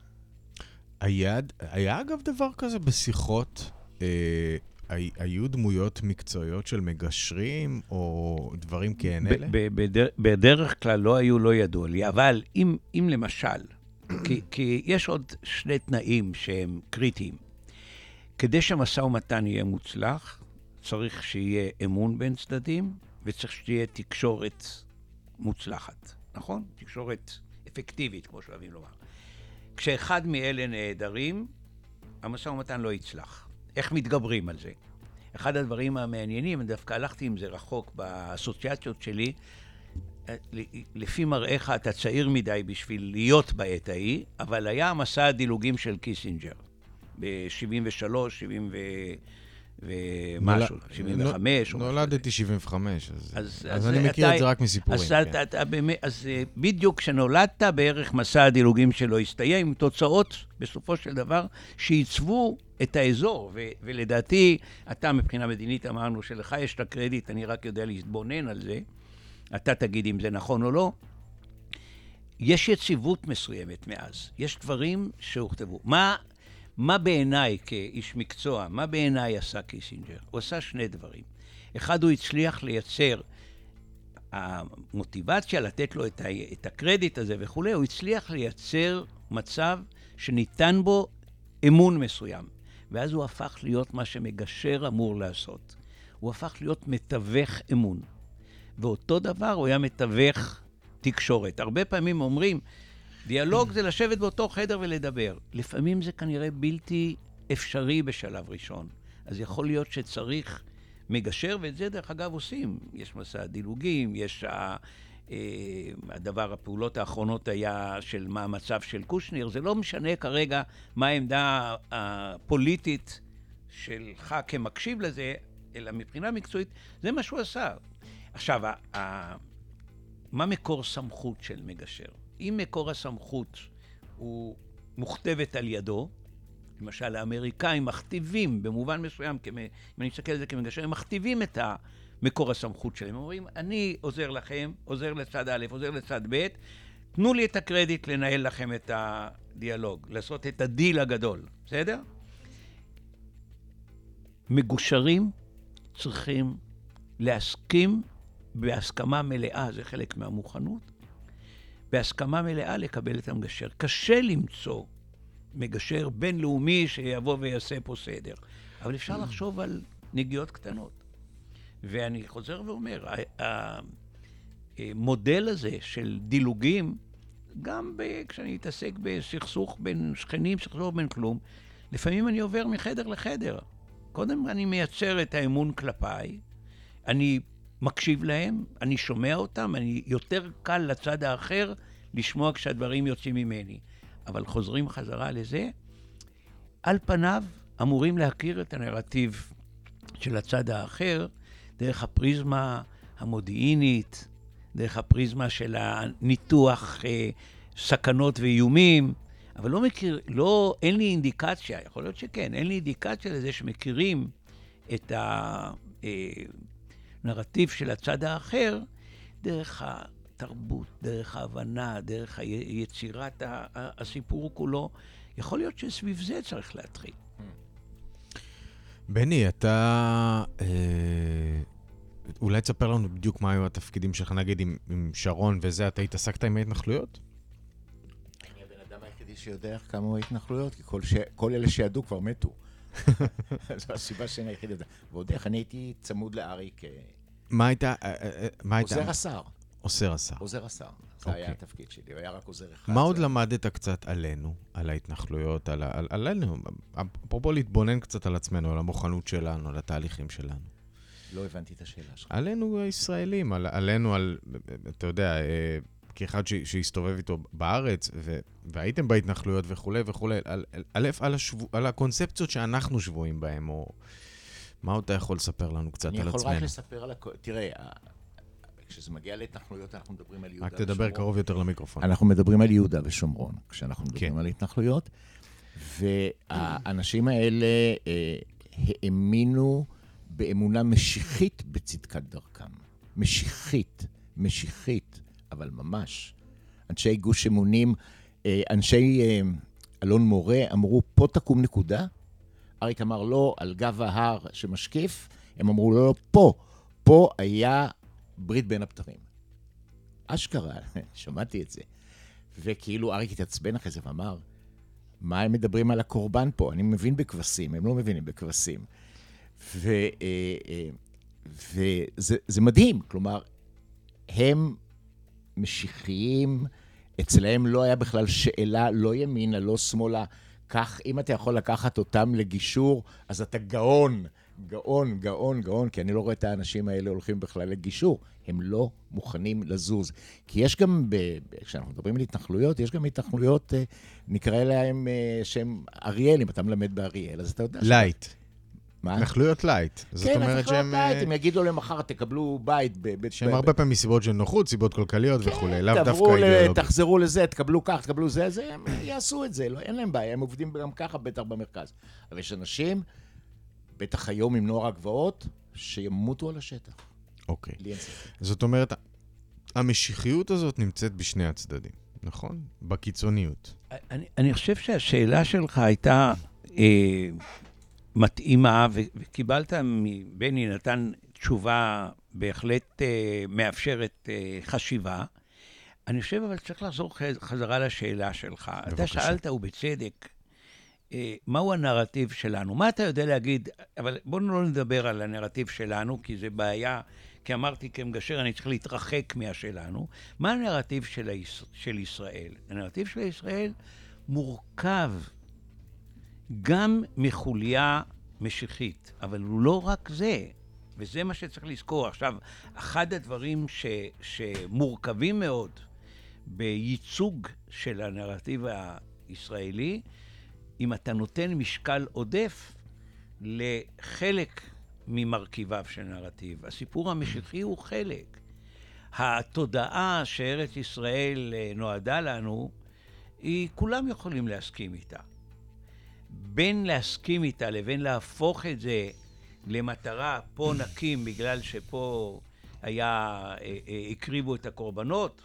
היה, היה אגב דבר כזה בשיחות, אה, היו דמויות מקצועיות של מגשרים, או דברים כאלה? בדרך כלל לא היו, לא ידוע לי, אבל אם, אם למשל, כי, כי יש עוד שני תנאים שהם קריטיים. כדי שהמשא ומתן יהיה מוצלח, צריך שיהיה אמון בין צדדים, וצריך שתהיה תקשורת מוצלחת, נכון? תקשורת אפקטיבית, כמו שאוהבים לומר. כשאחד מאלה נהדרים, המשא ומתן לא יצלח. איך מתגברים על זה? אחד הדברים המעניינים, אני דווקא הלכתי עם זה רחוק באסוציאציות שלי, לפי מראיך אתה צעיר מדי בשביל להיות בעת ההיא, אבל היה מסע הדילוגים של קיסינג'ר, ב-שבעים ושלוש, שבעים ומשהו, שבעים וחמש. נולדתי שבעים וחמש, אז אני מכיר את זה רק מסיפורים. אז בדיוק כשנולדת, בערך מסע הדילוגים שלו הסתיים, עם תוצאות בסופו של דבר שעיצבו את האזור, ולדעתי, אתה מבחינה מדינית אמרנו שלך יש את הקרדיט, אני רק יודע להתבונן על זה, אתה תגיד אם זה נכון או לא, יש יציבות מסוימת מאז, יש דברים שהוכתבו. מה, מה בעיניי כאיש מקצוע, מה בעיניי עשה קיסינג'ר? הוא עשה שני דברים. אחד, הוא הצליח לייצר, המוטיבציה לתת לו את, ה, את הקרדיט הזה וכו', הוא הצליח לייצר מצב שניתן בו אמון מסוים. ואז הוא הפך להיות מה שמגשר אמור לעשות. הוא הפך להיות מתווך אמון. ואותו דבר הוא היה מתווך תקשורת. הרבה פעמים אומרים, דיאלוג זה לשבת באותו חדר ולדבר. לפעמים זה כנראה בלתי אפשרי בשלב ראשון. אז יכול להיות שצריך מגשר, ואת זה דרך אגב עושים. יש מסע דילוגים, יש ה... הדבר, הפעולות האחרונות היה של מה המצב של קושניר. זה לא משנה כרגע מה העמדה הפוליטית שלך כמקשיב לזה, אלא מבחינה מקצועית, זה מה שהוא עשה. עכשיו, ה- ה- מה מקור סמכות של מגשר? אם מקור הסמכות הוא מוכתבת על ידו, למשל, האמריקאים מכתיבים, במובן מסוים, כמה, אם אני מסתכל על זה כמגשר, הם מכתיבים את המקור הסמכות שלהם. הם אומרים, אני עוזר לכם, עוזר לצד א', עוזר לצד ב', תנו לי את הקרדיט לנהל לכם את הדיאלוג, לעשות את הדיל הגדול, בסדר? מגושרים צריכים להסכים בהסכמה מלאה, זה חלק מהמוכנות, בהסכמה מלאה לקבל את המגשר. קשה למצוא מגשר בינלאומי שיבוא ויעשה פה סדר, אבל אפשר לחשוב על נגיעות קטנות. ואני חוזר ואומר, המודל הזה של דילוגים, גם ב- כשאני אתעסק בסכסוך בין שכנים, סכסוך בין כלום, לפעמים אני עובר מחדר לחדר. קודם אני מייצר את האמון כלפיי, אני מקשיב להם, אני שומע אותם, אני יותר קל לצד האחר לשמוע כשהדברים יוצאים ממני. אבל חוזרים חזרה לזה, על פניו אמורים להכיר את הנרטיב של הצד האחר, דרך הפריזמה המודיעינית, דרך הפריזמה של הניתוח אה, סכנות ואיומים, אבל לא מכיר, לא, אין לי אינדיקציה, יכול להיות שכן, אין לי אינדיקציה לזה שמכירים את הנרטיב של הצד האחר, דרך התרבות, דרך ההבנה, דרך יצירת הסיפור כולו. יכול להיות שסביב זה צריך להתחיל. בני, אתה אה, אולי תספר לנו בדיוק מה היו התפקידים שלך, נגיד עם, עם שרון וזה, אתה התעסקת עם ההתנחלויות? אני הבן אדם היחידי שיודע איך כמה ההתנחלויות, כי כל, ש... כל אלה שידעו כבר מתו. זו הסיבה שאני היחידי יודע. ועוד איך, אני הייתי צמוד לאריק. מה הייתה? מה עוזר הייתה? השר. עוזר השר. עוזר השר. זה היה התפקיד שלי, הוא היה רק עוזר אחד. מה עוד למדת קצת עלינו, על ההתנחלויות, על, על, עלינו? אפרופו להתבונן קצת על עצמנו, על המוכנות שלנו, על התהליכים שלנו. לא הבנתי את השאלה שלך. עלינו הישראלים, על, עלינו על, אתה יודע, כאחד ש, שהסתובב איתו בארץ, ו, והייתם בהתנחלויות וכו' וכו', על, על, על, השבוע, על הקונספציות שאנחנו שבועים בהם, או מה אתה יכול לספר לנו קצת על עצמנו? אני יכול רק לספר על הכל, תראה, כשזה מגיע להתנחלויות, אנחנו מדברים על יהודה רק ושומרון. רק תדבר קרוב יותר למיקרופון. אנחנו מדברים על יהודה ושומרון, כשאנחנו מדברים כן. על התנחלויות, והאנשים האלה אה, האמינו באמונה משיחית בצדקת דרכם. משיחית, משיחית, אבל ממש. אנשי גוש אמונים, אה, אנשי אה, אלון מורה, אמרו, פה תקום נקודה. אריק אמר לא, על גב ההר שמשקיף, הם אמרו לא, לא, פה. פה היה ברית בין הבתרים. אשכרה, שמעתי את זה. וכאילו אריק התעצבן אחרי זה ואמר, מה הם מדברים על הקורבן פה? אני מבין בכבשים, הם לא מבינים בכבשים. וזה מדהים, כלומר, הם משיחיים, אצלהם לא היה בכלל שאלה, לא ימינה, לא שמאלה, כך, אם אתה יכול לקחת אותם לגישור, אז אתה גאון, גאון, גאון, גאון, כי אני לא רואה את האנשים האלה הולכים בכלל לגישור. הם לא מוכנים לזוז. כי יש גם, כשאנחנו מדברים על התנחלויות, יש גם התנחלויות, נקרא להם שהם אריאל, אם אתה מלמד באריאל, אז אתה יודע... לייט. מה? התנחלויות לייט. זאת כן, אומרת שהם... לייט, הם יגידו למחר, תקבלו בית... שהם הרבה פעמים מסיבות של נוחות, סיבות כלכליות וכו', לאו דווקא אידיאולוגיה. תחזרו לזה, תקבלו כך, תקבלו זה, זה, הם יעשו את זה, אין להם בעיה, הם עובדים גם ככה, בטח במרכז. אבל יש אנשים, בטח היום עם נוער הגבעות, שימותו על השטח. אוקיי. זאת אומרת, המשיחיות הזאת נמצאת בשני הצדדים, נכון? בקיצוניות. אני, אני חושב שהשאלה שלך הייתה אה, מתאימה, ו- וקיבלת מבני נתן תשובה בהחלט אה, מאפשרת אה, חשיבה. אני חושב אבל צריך לחזור חזרה לשאלה שלך. בבקשה. אתה שאלת ובצדק, אה, מהו הנרטיב שלנו? מה אתה יודע להגיד? אבל בואו לא נדבר על הנרטיב שלנו, כי זה בעיה, כי אמרתי כמגשר, אני צריך להתרחק מהשלנו. מה הנרטיב של, היש... של ישראל? הנרטיב של ישראל מורכב גם מחוליה משיחית, אבל הוא לא רק זה, וזה מה שצריך לזכור. עכשיו, אחד הדברים ש... שמורכבים מאוד בייצוג של הנרטיב הישראלי, אם אתה נותן משקל עודף לחלק ממרכיביו של נרטיב. הסיפור המשיחי הוא חלק. התודעה שארץ ישראל נועדה לנו, היא כולם יכולים להסכים איתה. בין להסכים איתה לבין להפוך את זה למטרה, פה נקים בגלל שפה היה, הקריבו את הקורבנות,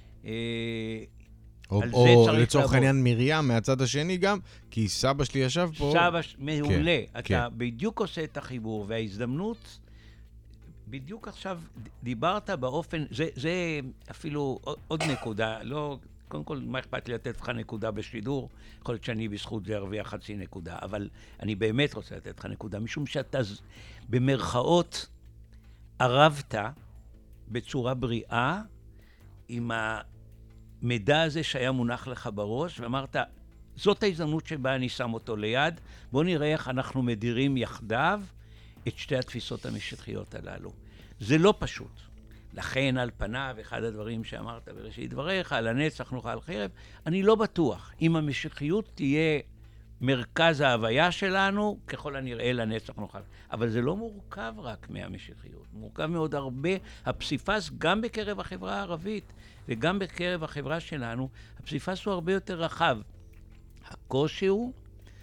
או, או לצורך העניין מרים מהצד השני גם, כי סבא שלי ישב פה... סבא ש... מעולה. כן, אתה כן. בדיוק עושה את החיבור, וההזדמנות, בדיוק עכשיו דיברת באופן, זה, זה אפילו עוד נקודה, לא, קודם כל, מה אכפת לי לתת לך נקודה בשידור? יכול להיות שאני בזכות זה ארוויח חצי נקודה, אבל אני באמת רוצה לתת לך נקודה, משום שאתה במרכאות ערבת בצורה בריאה עם ה... מידע הזה שהיה מונח לך בראש, ואמרת, זאת ההזדמנות שבה אני שם אותו ליד, בוא נראה איך אנחנו מדירים יחדיו את שתי התפיסות המשיחיות הללו. זה לא פשוט. לכן על פניו, אחד הדברים שאמרת בראשית דבריך, על הנצח נאכל חרב, אני לא בטוח. אם המשיחיות תהיה מרכז ההוויה שלנו, ככל הנראה לנצח נאכל. אבל זה לא מורכב רק מהמשיחיות. מורכב מאוד הרבה, הפסיפס גם בקרב החברה הערבית, וגם בקרב החברה שלנו, הפסיפס הוא הרבה יותר רחב. הקושי הוא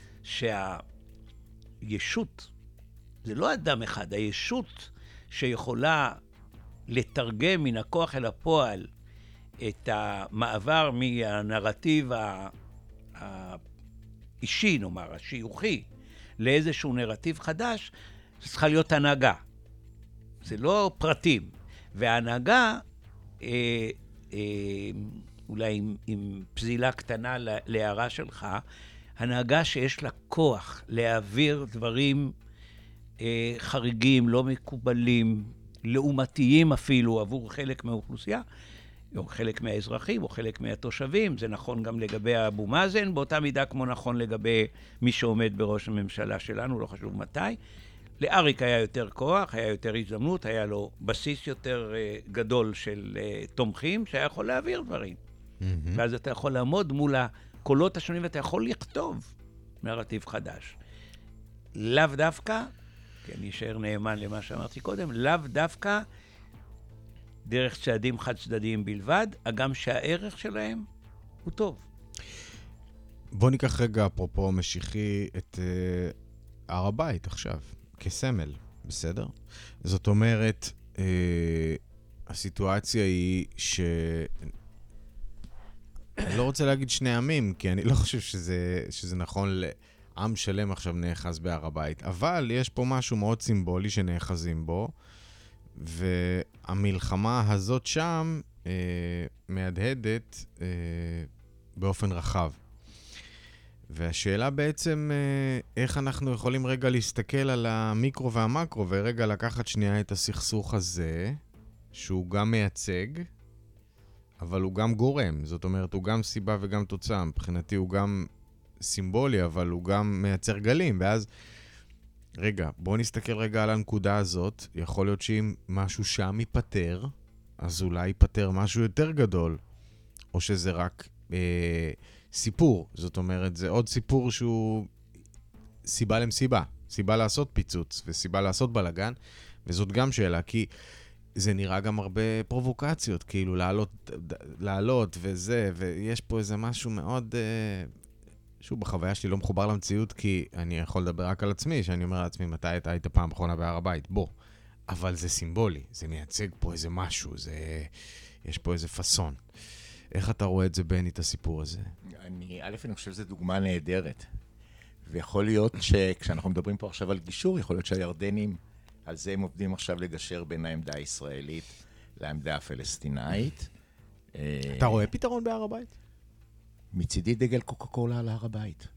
שהישות, זה לא אדם אחד, הישות שיכולה לתרגם מן הכוח אל הפועל את המעבר מהנרטיב האישי, נאמר, השיוכי, לאיזשהו נרטיב חדש, זה צריכה להיות הנהגה. זה לא פרטים. וההנהגה, אה, אה, אולי עם, עם פזילה קטנה להערה שלך, הנהגה שיש לה כוח להעביר דברים אה, חריגים, לא מקובלים, לעומתיים אפילו עבור חלק מהאוכלוסייה, או חלק מהאזרחים, או חלק מהתושבים. זה נכון גם לגבי אבו מאזן, באותה מידה כמו נכון לגבי מי שעומד בראש הממשלה שלנו, לא חשוב מתי. לאריק היה יותר כוח, היה יותר הזדמנות, היה לו בסיס יותר uh, גדול של uh, תומכים, שהיה יכול להעביר דברים. Mm-hmm. ואז אתה יכול לעמוד מול הקולות השונים, ואתה יכול לכתוב נרטיב חדש. לאו דווקא, כי אני אשאר נאמן למה שאמרתי קודם, לאו דווקא דרך צעדים חד צדדיים בלבד, אגם שהערך שלהם הוא טוב. בוא ניקח רגע, אפרופו משיחי, את uh, הר הבית עכשיו, כסמל, בסדר? זאת אומרת, uh, הסיטואציה היא ש... אני לא רוצה להגיד שני עמים, כי אני לא חושב שזה, שזה נכון לעם שלם עכשיו נאחז בהר הבית, אבל יש פה משהו מאוד סימבולי שנאחזים בו, והמלחמה הזאת שם אה, מהדהדת אה, באופן רחב. והשאלה בעצם אה, איך אנחנו יכולים רגע להסתכל על המיקרו והמקרו, ורגע לקחת שנייה את הסכסוך הזה, שהוא גם מייצג, אבל הוא גם גורם. זאת אומרת, הוא גם סיבה וגם תוצאה. מבחינתי הוא גם סימבולי, אבל הוא גם מייצר גלים. ואז, רגע, בואו נסתכל רגע על הנקודה הזאת. יכול להיות שאם משהו שם ייפטר, אז אולי ייפטר משהו יותר גדול. או שזה רק אה, סיפור. זאת אומרת, זה עוד סיפור שהוא סיבה למסיבה. סיבה לעשות פיצוץ וסיבה לעשות בלגן. וזאת גם שאלה, כי זה נראה גם הרבה פרובוקציות, כאילו לעלות, לעלות וזה, ויש פה איזה משהו מאוד, שוב, בחוויה שלי לא מחובר למציאות, כי אני יכול לדבר רק על עצמי, שאני אומר לעצמי, מתי אתה היית פעם אחרונה בהר הבית? בוא. אבל זה סימבולי, זה מייצג פה איזה משהו, זה, יש פה איזה פסון. איך אתה רואה את זה, בני, את הסיפור הזה? אני, א', אני חושב שזו דוגמה נהדרת. ויכול להיות שכשאנחנו מדברים פה עכשיו על גישור, יכול להיות שהירדנים, על זה הם עובדים עכשיו לגשר בין העמדה הישראלית לעמדה הפלסטינאית. אתה רואה פתרון בהר הבית? מצידי דגל קוקה קולה על הר הבית.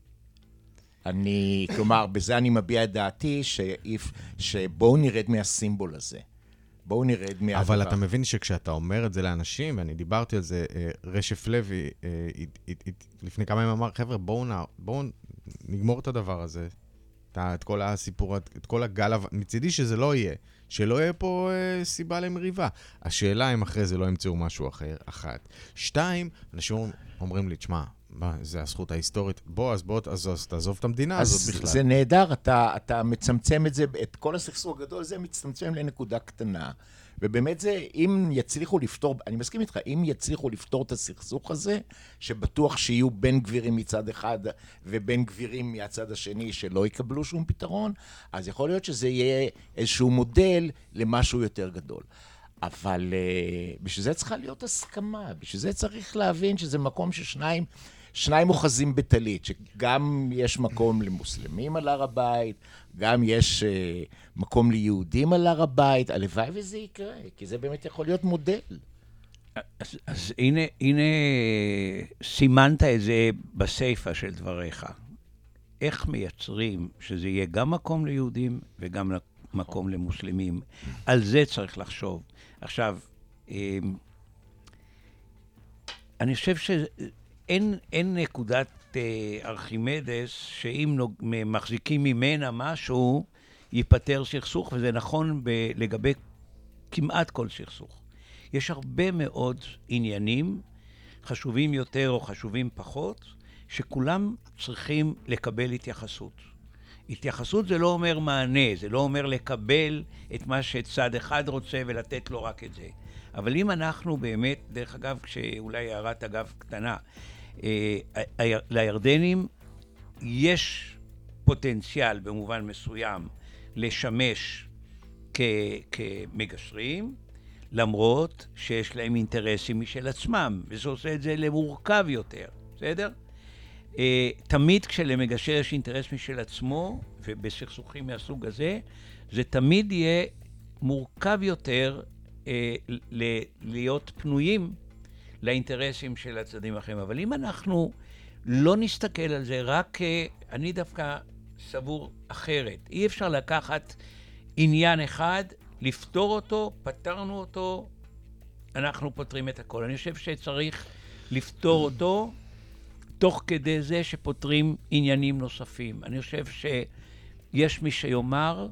אני, כלומר, בזה אני מביע את דעתי שבואו נרד מהסימבול הזה. בואו נרד מהדבר. אבל אתה מבין שכשאתה אומר את זה לאנשים, ואני דיברתי על זה, רשף לוי, לפני כמה ימים אמר, חבר'ה, בואו נגמור את הדבר הזה. את כל הסיפור, את כל הגל, מצידי שזה לא יהיה, שלא יהיה פה אה, סיבה למריבה. השאלה אם אחרי זה לא ימצאו משהו אחר, אחת. שתיים, אנשים אומרים לי, תשמע, זה הזכות ההיסטורית, בוא, אז בוא, אז, אז תעזוב את המדינה הזאת בכלל. זה נהדר, אתה, אתה מצמצם את זה, את כל הסכסוך הגדול, זה מצמצם לנקודה קטנה. ובאמת זה, אם יצליחו לפתור, אני מסכים איתך, אם יצליחו לפתור את הסכסוך הזה, שבטוח שיהיו בין גבירים מצד אחד ובין גבירים מהצד השני שלא יקבלו שום פתרון, אז יכול להיות שזה יהיה איזשהו מודל למשהו יותר גדול. אבל uh, בשביל זה צריכה להיות הסכמה, בשביל זה צריך להבין שזה מקום ששניים, שניים אוחזים בטלית, שגם יש מקום למוסלמים על הר הבית, גם יש uh, מקום ליהודים על הר הבית, הלוואי וזה יקרה, כי זה באמת יכול להיות מודל. אז, אז הנה, הנה סימנת את זה בסייפה של דבריך. איך מייצרים שזה יהיה גם מקום ליהודים וגם מקום למוסלמים? על זה צריך לחשוב. עכשיו, אני חושב שאין אין נקודת ארכימדס שאם מחזיקים ממנה משהו, ייפטר סכסוך, וזה נכון ב- לגבי כמעט כל סכסוך. יש הרבה מאוד עניינים, חשובים יותר או חשובים פחות, שכולם צריכים לקבל התייחסות. התייחסות זה לא אומר מענה, זה לא אומר לקבל את מה שצד אחד רוצה ולתת לו רק את זה. אבל אם אנחנו באמת, דרך אגב, כשאולי הערת אגב קטנה, אה, לירדנים יש פוטנציאל במובן מסוים לשמש כ- כמגשרים, למרות שיש להם אינטרסים משל עצמם, וזה עושה את זה למורכב יותר, בסדר? Uh, תמיד כשלמגשר יש אינטרס משל עצמו, ובסכסוכים מהסוג הזה, זה תמיד יהיה מורכב יותר uh, ל- להיות פנויים לאינטרסים של הצדדים האחרים. אבל אם אנחנו לא נסתכל על זה, רק uh, אני דווקא סבור אחרת. אי אפשר לקחת עניין אחד, לפתור אותו, פתרנו אותו, אנחנו פותרים את הכל. אני חושב שצריך לפתור אותו, תוך כדי זה שפותרים עניינים נוספים. אני חושב שיש מי שיאמר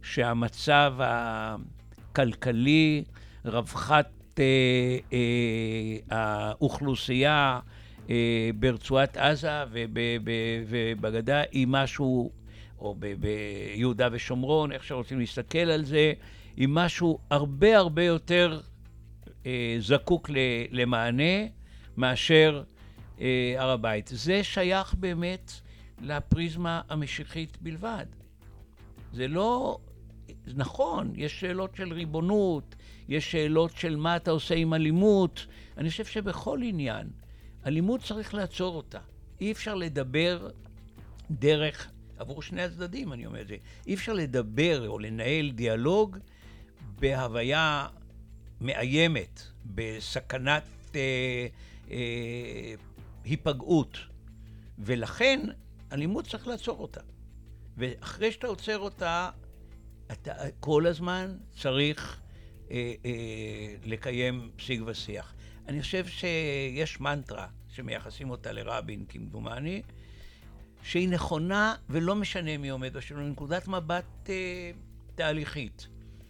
שהמצב הכלכלי, רווחת אה, אה, האוכלוסייה אה, ברצועת עזה ובגדה היא משהו, או ביהודה ושומרון, איך שרוצים להסתכל על זה, היא משהו הרבה הרבה יותר אה, זקוק למענה מאשר אה, הר הבית. זה שייך באמת לפריזמה המשיחית בלבד. זה לא נכון, יש שאלות של ריבונות, יש שאלות של מה אתה עושה עם אלימות. אני חושב שבכל עניין, אלימות צריך לעצור אותה. אי אפשר לדבר דרך, עבור שני הצדדים אני אומר את זה, אי אפשר לדבר או לנהל דיאלוג בהוויה מאיימת, בסכנת אה, אה, היפגעות. ולכן אלימות צריך לעצור אותה. ואחרי שאתה עוצר אותה, אתה כל הזמן צריך אה, אה, לקיים שיג ושיח. אני חושב שיש מנטרה שמייחסים אותה לרבין כמדומני, שהיא נכונה ולא משנה מי עומד בשביל נקודת מבט אה, תהליכית.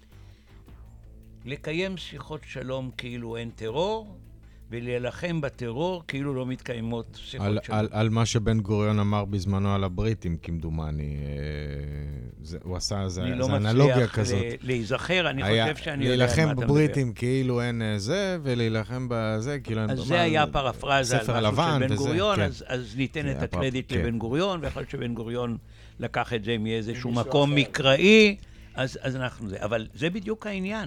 לקיים שיחות שלום כאילו אין טרור, ולהילחם בטרור כאילו לא מתקיימות שיחות על, שלום. על, על מה שבן גוריון אמר בזמנו על הבריטים, כמדומני. זה, הוא עשה, זה, אני לא זה אנלוגיה מצליח כזאת. ל- להיזכר, אני חושב שאני יודע על מה להילחם אתה מדבר. בבריטים כאילו אין זה, ולהילחם בזה כאילו אין... אז זה היה פרפרזה על משהו של בן גוריון, כן. אז, אז ניתן את הפרפ- הקרדיט כן. לבן גוריון, ויכול להיות שבן גוריון לקח את זה מאיזשהו מקום מקראי, אז, אז אנחנו זה. אבל זה בדיוק העניין.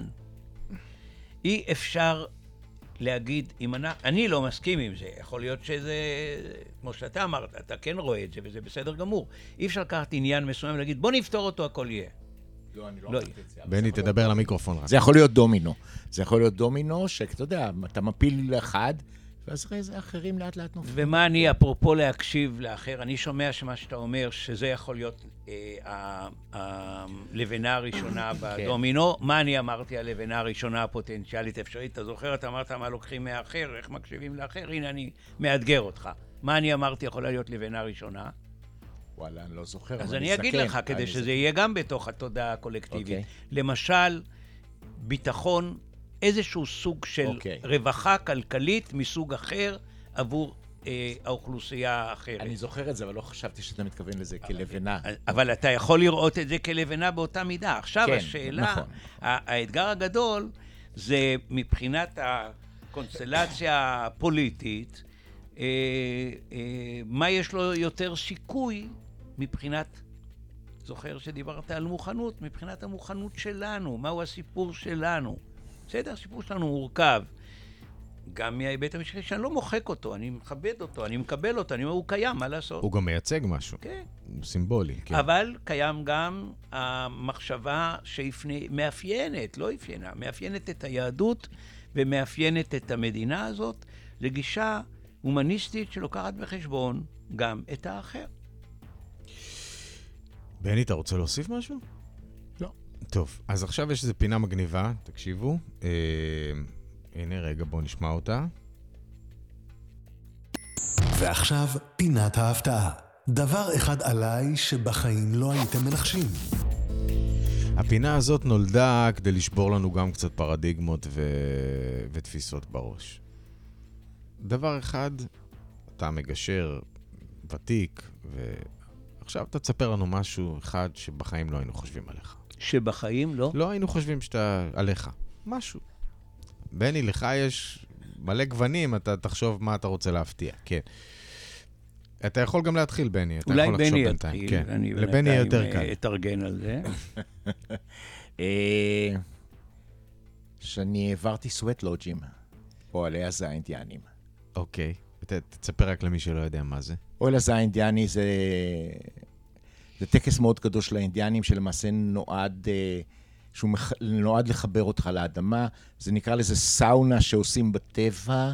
אי אפשר להגיד, אם אני, אני לא מסכים עם זה, יכול להיות שזה, כמו שאתה אמרת, אתה כן רואה את זה, וזה בסדר גמור. אי אפשר לקחת עניין מסוים ולהגיד, בוא נפתור אותו, הכל יהיה. לא, אני לא לא אמרתי את זה. בני, תדבר למיקרופון רק. זה יכול להיות דומינו. זה יכול להיות דומינו, שאתה יודע, אתה מפיל לאחד, ואז אחרי זה אחרים לאט לאט נופלים. ומה אני, אפרופו להקשיב לאחר, אני שומע שמה שאתה אומר, שזה יכול להיות אה, הלבנה הראשונה בדומינו. מה אני אמרתי על הלבנה הראשונה הפוטנציאלית אפשרית? אתה זוכר, אתה אמרת מה לוקחים מאחר, איך מקשיבים לאחר? הנה, אני מאתגר אותך. מה אני אמרתי יכולה להיות לבנה ראשונה? וואלה, אני לא זוכר. אז אני אגיד לך, כדי שזה יהיה גם בתוך התודעה הקולקטיבית. למשל, ביטחון, איזשהו סוג של רווחה כלכלית מסוג אחר עבור אה, האוכלוסייה האחרת. אני זוכר את זה, אבל לא חשבתי שאתה מתכוון לזה כלבנה. אבל אתה יכול לראות את זה כלבנה באותה מידה. עכשיו כן, השאלה, נכון. האתגר הגדול זה מבחינת הקונסטלציה הפוליטית, אה, אה, מה יש לו יותר סיכוי מבחינת, זוכר שדיברת על מוכנות, מבחינת המוכנות שלנו, מהו הסיפור שלנו. בסדר, הסיפור שלנו מורכב. גם מההיבט המשחק שאני לא מוחק אותו, אני מכבד אותו, אני מקבל אותו, אני אומר, הוא קיים, מה לעשות? הוא גם מייצג משהו. כן. הוא סימבולי, כן. אבל קיים גם המחשבה שמאפיינת, לא אפיינה, מאפיינת את היהדות ומאפיינת את המדינה הזאת. זו גישה הומניסטית שלוקחת בחשבון גם את האחר. בני, אתה רוצה להוסיף משהו? לא. טוב, אז עכשיו יש איזו פינה מגניבה, תקשיבו. אה, הנה רגע, בואו נשמע אותה. ועכשיו פינת ההפתעה. דבר אחד עליי שבחיים לא הייתם מנחשים. הפינה הזאת נולדה כדי לשבור לנו גם קצת פרדיגמות ו... ותפיסות בראש. דבר אחד, אתה מגשר ותיק, ועכשיו אתה תספר לנו משהו אחד שבחיים לא היינו חושבים עליך. שבחיים לא? לא היינו חושבים שאתה עליך. משהו. בני, לך יש מלא גוונים, אתה תחשוב מה אתה רוצה להפתיע. כן. אתה יכול גם להתחיל, בני. אתה אולי יכול בני בינתיים. יתחיל, כן. אני לבני יהיה יותר בינתיים קל. אתארגן על זה. אה, שאני העברתי סווטלוג'ים, אוהלי עזה האינדיאנים. אוקיי. ת- תספר רק למי שלא יודע מה זה. אוהל עזה האינדיאני זה, זה טקס מאוד גדול של האינדיאנים, שלמעשה נועד, אה, שהוא מח... נועד לחבר אותך לאדמה. זה נקרא לזה סאונה שעושים בטבע,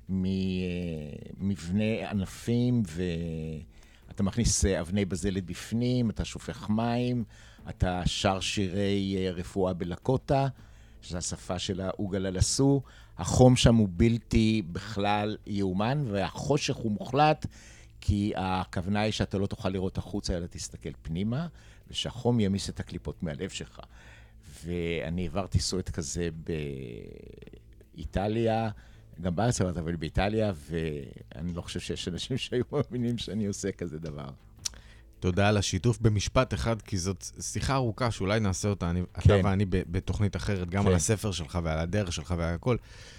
ממבנה ענפים, ואתה מכניס אבני בזלת בפנים, אתה שופך מים, אתה שר שירי רפואה בלקוטה, שזו השפה של האוגלה לסו. החום שם הוא בלתי בכלל יאומן, והחושך הוא מוחלט, כי הכוונה היא שאתה לא תוכל לראות החוצה, אלא תסתכל פנימה, ושהחום ימיס את הקליפות מהלב שלך. ואני עברתי סרט כזה באיטליה, גם בארץ, אבל באיטליה, ואני לא חושב שיש אנשים שהיו מאמינים שאני עושה כזה דבר. תודה על השיתוף במשפט אחד, כי זאת שיחה ארוכה שאולי נעשה אותה, אני, כן. אתה ואני בתוכנית אחרת, גם כן. על הספר שלך ועל הדרך שלך ועל הכל.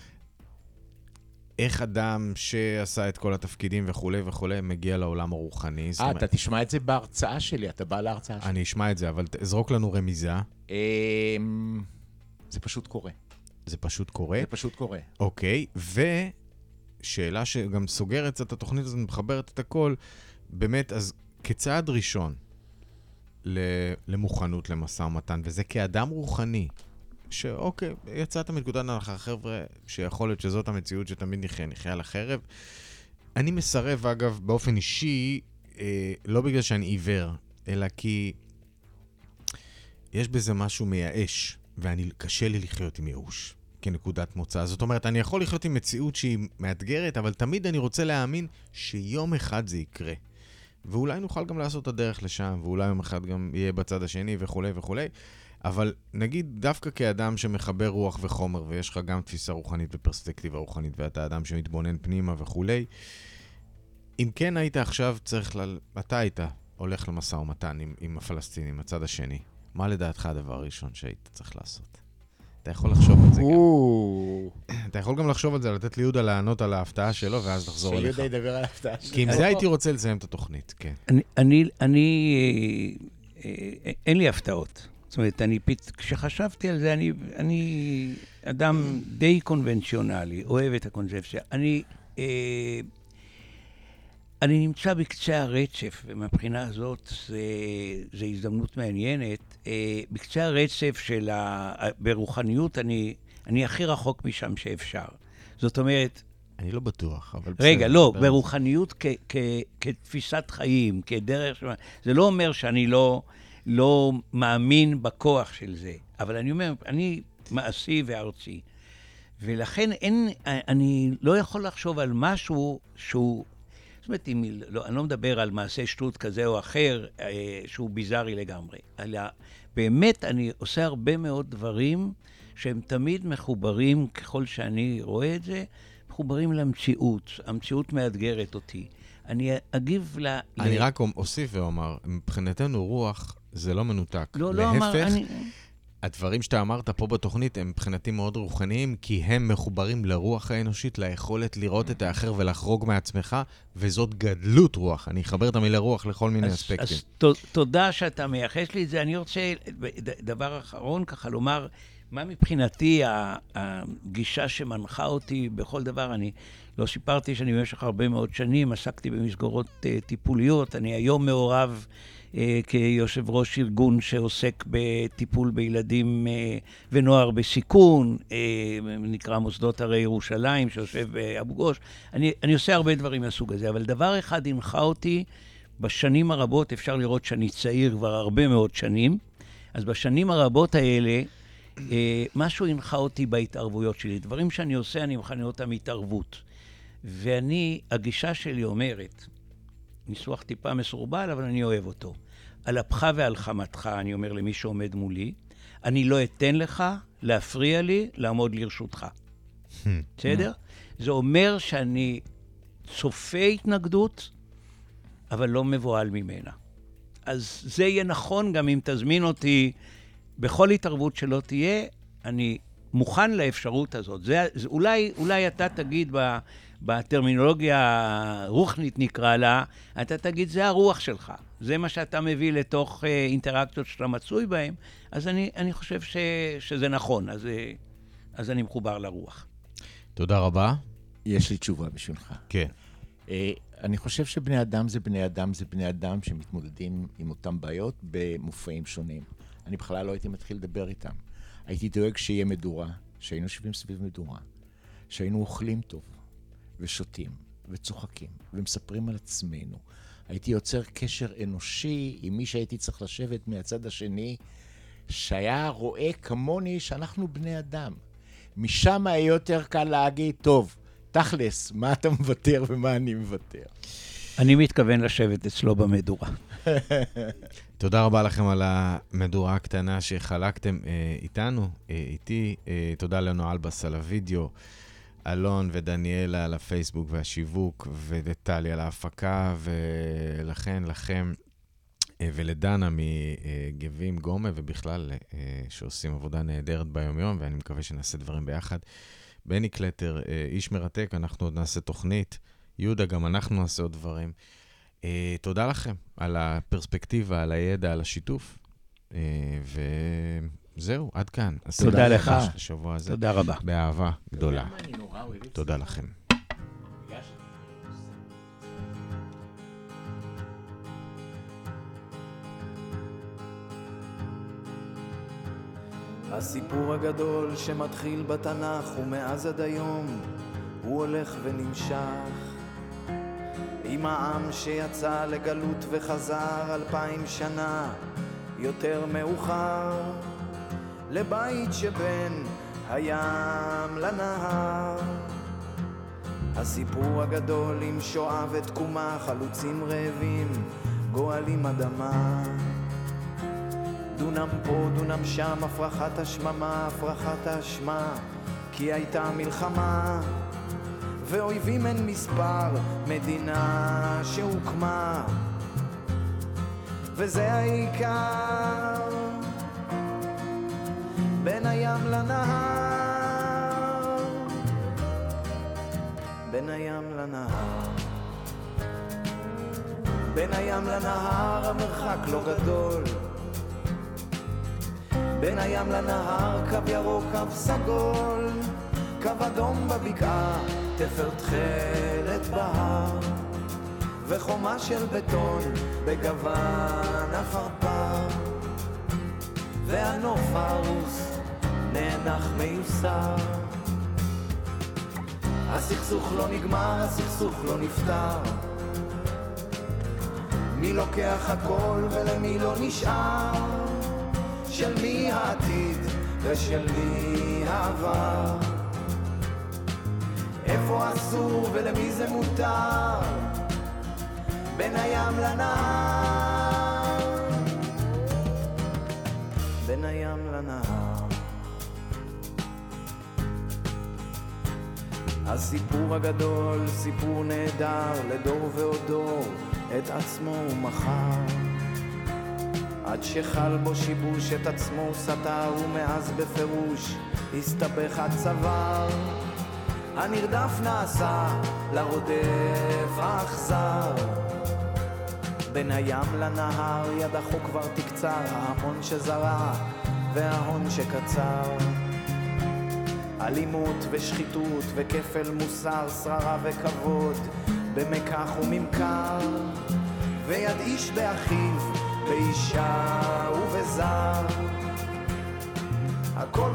איך אדם שעשה את כל התפקידים וכו' וכו' מגיע לעולם הרוחני? אה, אתה תשמע את זה בהרצאה שלי, אתה בא להרצאה שלי. אני אשמע את זה, אבל תזרוק לנו רמיזה. זה פשוט קורה. זה פשוט קורה? זה פשוט קורה. אוקיי, ושאלה שגם סוגרת את התוכנית הזאת, מחברת את הכל, באמת, אז כצעד ראשון למוכנות למשא ומתן, וזה כאדם רוחני, שאוקיי, יצאת מנקודת הנחה, חבר'ה, שיכול להיות שזאת המציאות שתמיד נחיה, נחיה על החרב. אני מסרב, אגב, באופן אישי, אה, לא בגלל שאני עיוור, אלא כי יש בזה משהו מייאש, ואני קשה לי לחיות עם ייאוש, כנקודת מוצא. זאת אומרת, אני יכול לחיות עם מציאות שהיא מאתגרת, אבל תמיד אני רוצה להאמין שיום אחד זה יקרה. ואולי נוכל גם לעשות את הדרך לשם, ואולי יום אחד גם יהיה בצד השני וכו' וכו'. אבל נגיד דווקא כאדם שמחבר רוח וחומר, ויש לך גם תפיסה רוחנית ופרספקטיבה רוחנית, ואתה אדם שמתבונן פנימה וכו'. אם כן היית עכשיו צריך, ל... אתה היית הולך למשא ומתן עם, עם הפלסטינים, הצד השני. מה לדעתך הדבר הראשון שהיית צריך לעשות? אתה יכול לחשוב על זה גם. אתה יכול גם לחשוב על זה, לתת ליהודה לענות על ההפתעה שלו, ואז לחזור אליך. שיהודה ידבר על ההפתעה שלו. כי עם זה הייתי רוצה לסיים את התוכנית, כן. אני, אני, אין לי הפתעות. זאת אומרת, אני, כשחשבתי על זה, אני, אני אדם די קונבנציונלי, אוהב את הקונספציה. אני, אני נמצא בקצה הרצף, ומבחינה הזאת זה, זה הזדמנות מעניינת. בקצה הרצף של ה... ברוחניות אני, אני הכי רחוק משם שאפשר. זאת אומרת... אני לא בטוח, אבל בסדר. רגע, לא, ברוחניות כ, כ, כתפיסת חיים, כדרך... זה לא אומר שאני לא, לא מאמין בכוח של זה, אבל אני אומר, אני מעשי וארצי. ולכן אין, אני לא יכול לחשוב על משהו שהוא... זאת אומרת, אם, לא, אני לא מדבר על מעשה שטות כזה או אחר, אה, שהוא ביזארי לגמרי. אלא באמת אני עושה הרבה מאוד דברים שהם תמיד מחוברים, ככל שאני רואה את זה, מחוברים למציאות. המציאות מאתגרת אותי. אני אגיב ל... אני ל... רק אוסיף ואומר, מבחינתנו רוח זה לא מנותק. לא, לא אמר... להפך, אני... הדברים שאתה אמרת פה בתוכנית הם מבחינתי מאוד רוחניים, כי הם מחוברים לרוח האנושית, ליכולת לראות את האחר ולחרוג מעצמך, וזאת גדלות רוח. אני אחבר את המילה רוח לכל מיני אז, אספקטים. אז תודה שאתה מייחס לי את זה. אני רוצה, דבר אחרון ככה, לומר, מה מבחינתי הגישה שמנחה אותי בכל דבר. אני לא סיפרתי שאני במשך הרבה מאוד שנים עסקתי במסגרות טיפוליות. אני היום מעורב כיושב ראש ארגון שעוסק בטיפול בילדים ונוער בסיכון, נקרא מוסדות הרי ירושלים, שיושב באבו גוש. אני, אני עושה הרבה דברים מהסוג הזה, אבל דבר אחד הנחה אותי בשנים הרבות, אפשר לראות שאני צעיר כבר הרבה מאוד שנים, אז בשנים הרבות האלה, משהו הנחה אותי בהתערבויות שלי. דברים שאני עושה, אני מכנה אותם התערבות. ואני, הגישה שלי אומרת, ניסוח טיפה מסורבל, אבל אני אוהב אותו. על אפך ועל חמתך, אני אומר למי שעומד מולי, אני לא אתן לך להפריע לי לעמוד לרשותך. בסדר? זה אומר שאני צופה התנגדות, אבל לא מבועל ממנה. אז זה יהיה נכון גם אם תזמין אותי בכל התערבות שלא תהיה, אני מוכן לאפשרות הזאת. זה, זה, אולי, אולי אתה תגיד ב... בטרמינולוגיה הרוחנית נקרא לה, אתה תגיד, זה הרוח שלך. זה מה שאתה מביא לתוך אה, אינטראקציות שאתה מצוי בהם. אז אני, אני חושב ש, שזה נכון. אז, אה, אז אני מחובר לרוח. תודה רבה. יש לי תשובה בשבילך. כן. אה, אני חושב שבני אדם זה בני אדם, זה בני אדם שמתמודדים עם אותם בעיות במופעים שונים. אני בכלל לא הייתי מתחיל לדבר איתם. הייתי דואג שיהיה מדורה, שהיינו שווים סביב מדורה, שהיינו אוכלים טוב. ושותים, וצוחקים, ומספרים על עצמנו. הייתי יוצר קשר אנושי עם מי שהייתי צריך לשבת מהצד השני, שהיה רואה כמוני שאנחנו בני אדם. משם היה יותר קל להגיד, טוב, תכלס, מה אתה מוותר ומה אני מוותר. אני מתכוון לשבת אצלו במדורה. תודה רבה לכם על המדורה הקטנה שחלקתם אה, איתנו, אה, איתי. אה, תודה לנועלבס על הוידאו, אלון ודניאלה על הפייסבוק והשיווק, וטלי על ההפקה, ולכן, לכם, אה, ולדנה מגבים גומה, ובכלל אה, שעושים עבודה נהדרת ביום-יום, ואני מקווה שנעשה דברים ביחד. בני קלטר, אה, איש מרתק, אנחנו עוד נעשה תוכנית. יהודה, גם אנחנו נעשה עוד דברים. Uh, תודה לכם על הפרספקטיבה, על הידע, על השיתוף. Uh, וזהו, עד כאן. תודה לך. השבוע הזה. תודה רבה. באהבה גדולה. תודה לכם. הסיפור הגדול שמתחיל בתנ"ך ומאז עד היום הוא הולך ונמשך עם העם שיצא לגלות וחזר אלפיים שנה יותר מאוחר לבית שבין הים לנהר. הסיפור הגדול עם שואה ותקומה, חלוצים רעבים גואלים אדמה, דונם פה דונם שם, הפרחת השממה, הפרחת האשמה, כי הייתה מלחמה ואויבים אין מספר, מדינה שהוקמה, וזה העיקר בין הים לנהר, בין הים לנהר, בין הים לנהר המרחק לא גדול, בין הים לנהר קו ירוק קו סגול, קו אדום בבקעה תפר תחלת בהר, וחומה של בטון בגוון הפרפר, והנוף הרוס נאנח מיוסר. הסכסוך לא נגמר, הסכסוך לא נפתר, מי לוקח הכל ולמי לא נשאר, של מי העתיד ושל מי העבר, איפה אסור ולמי זה מותר, בין הים לנהר, בין הים לנהר. הסיפור הגדול, סיפור נהדר, לדור ועוד דור, את עצמו הוא מחר, עד שחל בו שיבוש, את עצמו הוא סתר, ומאז בפירוש הסתבך הצוואר. הנרדף נעשה לרודף האכזר, בין הים לנהר ידחו כבר תקצר, ההמון שזרע וההון שקצר, אלימות ושחיתות וכפל מוסר, שררה וכבוד במקח וממכר, ויד איש באחיו, באישה ובזר.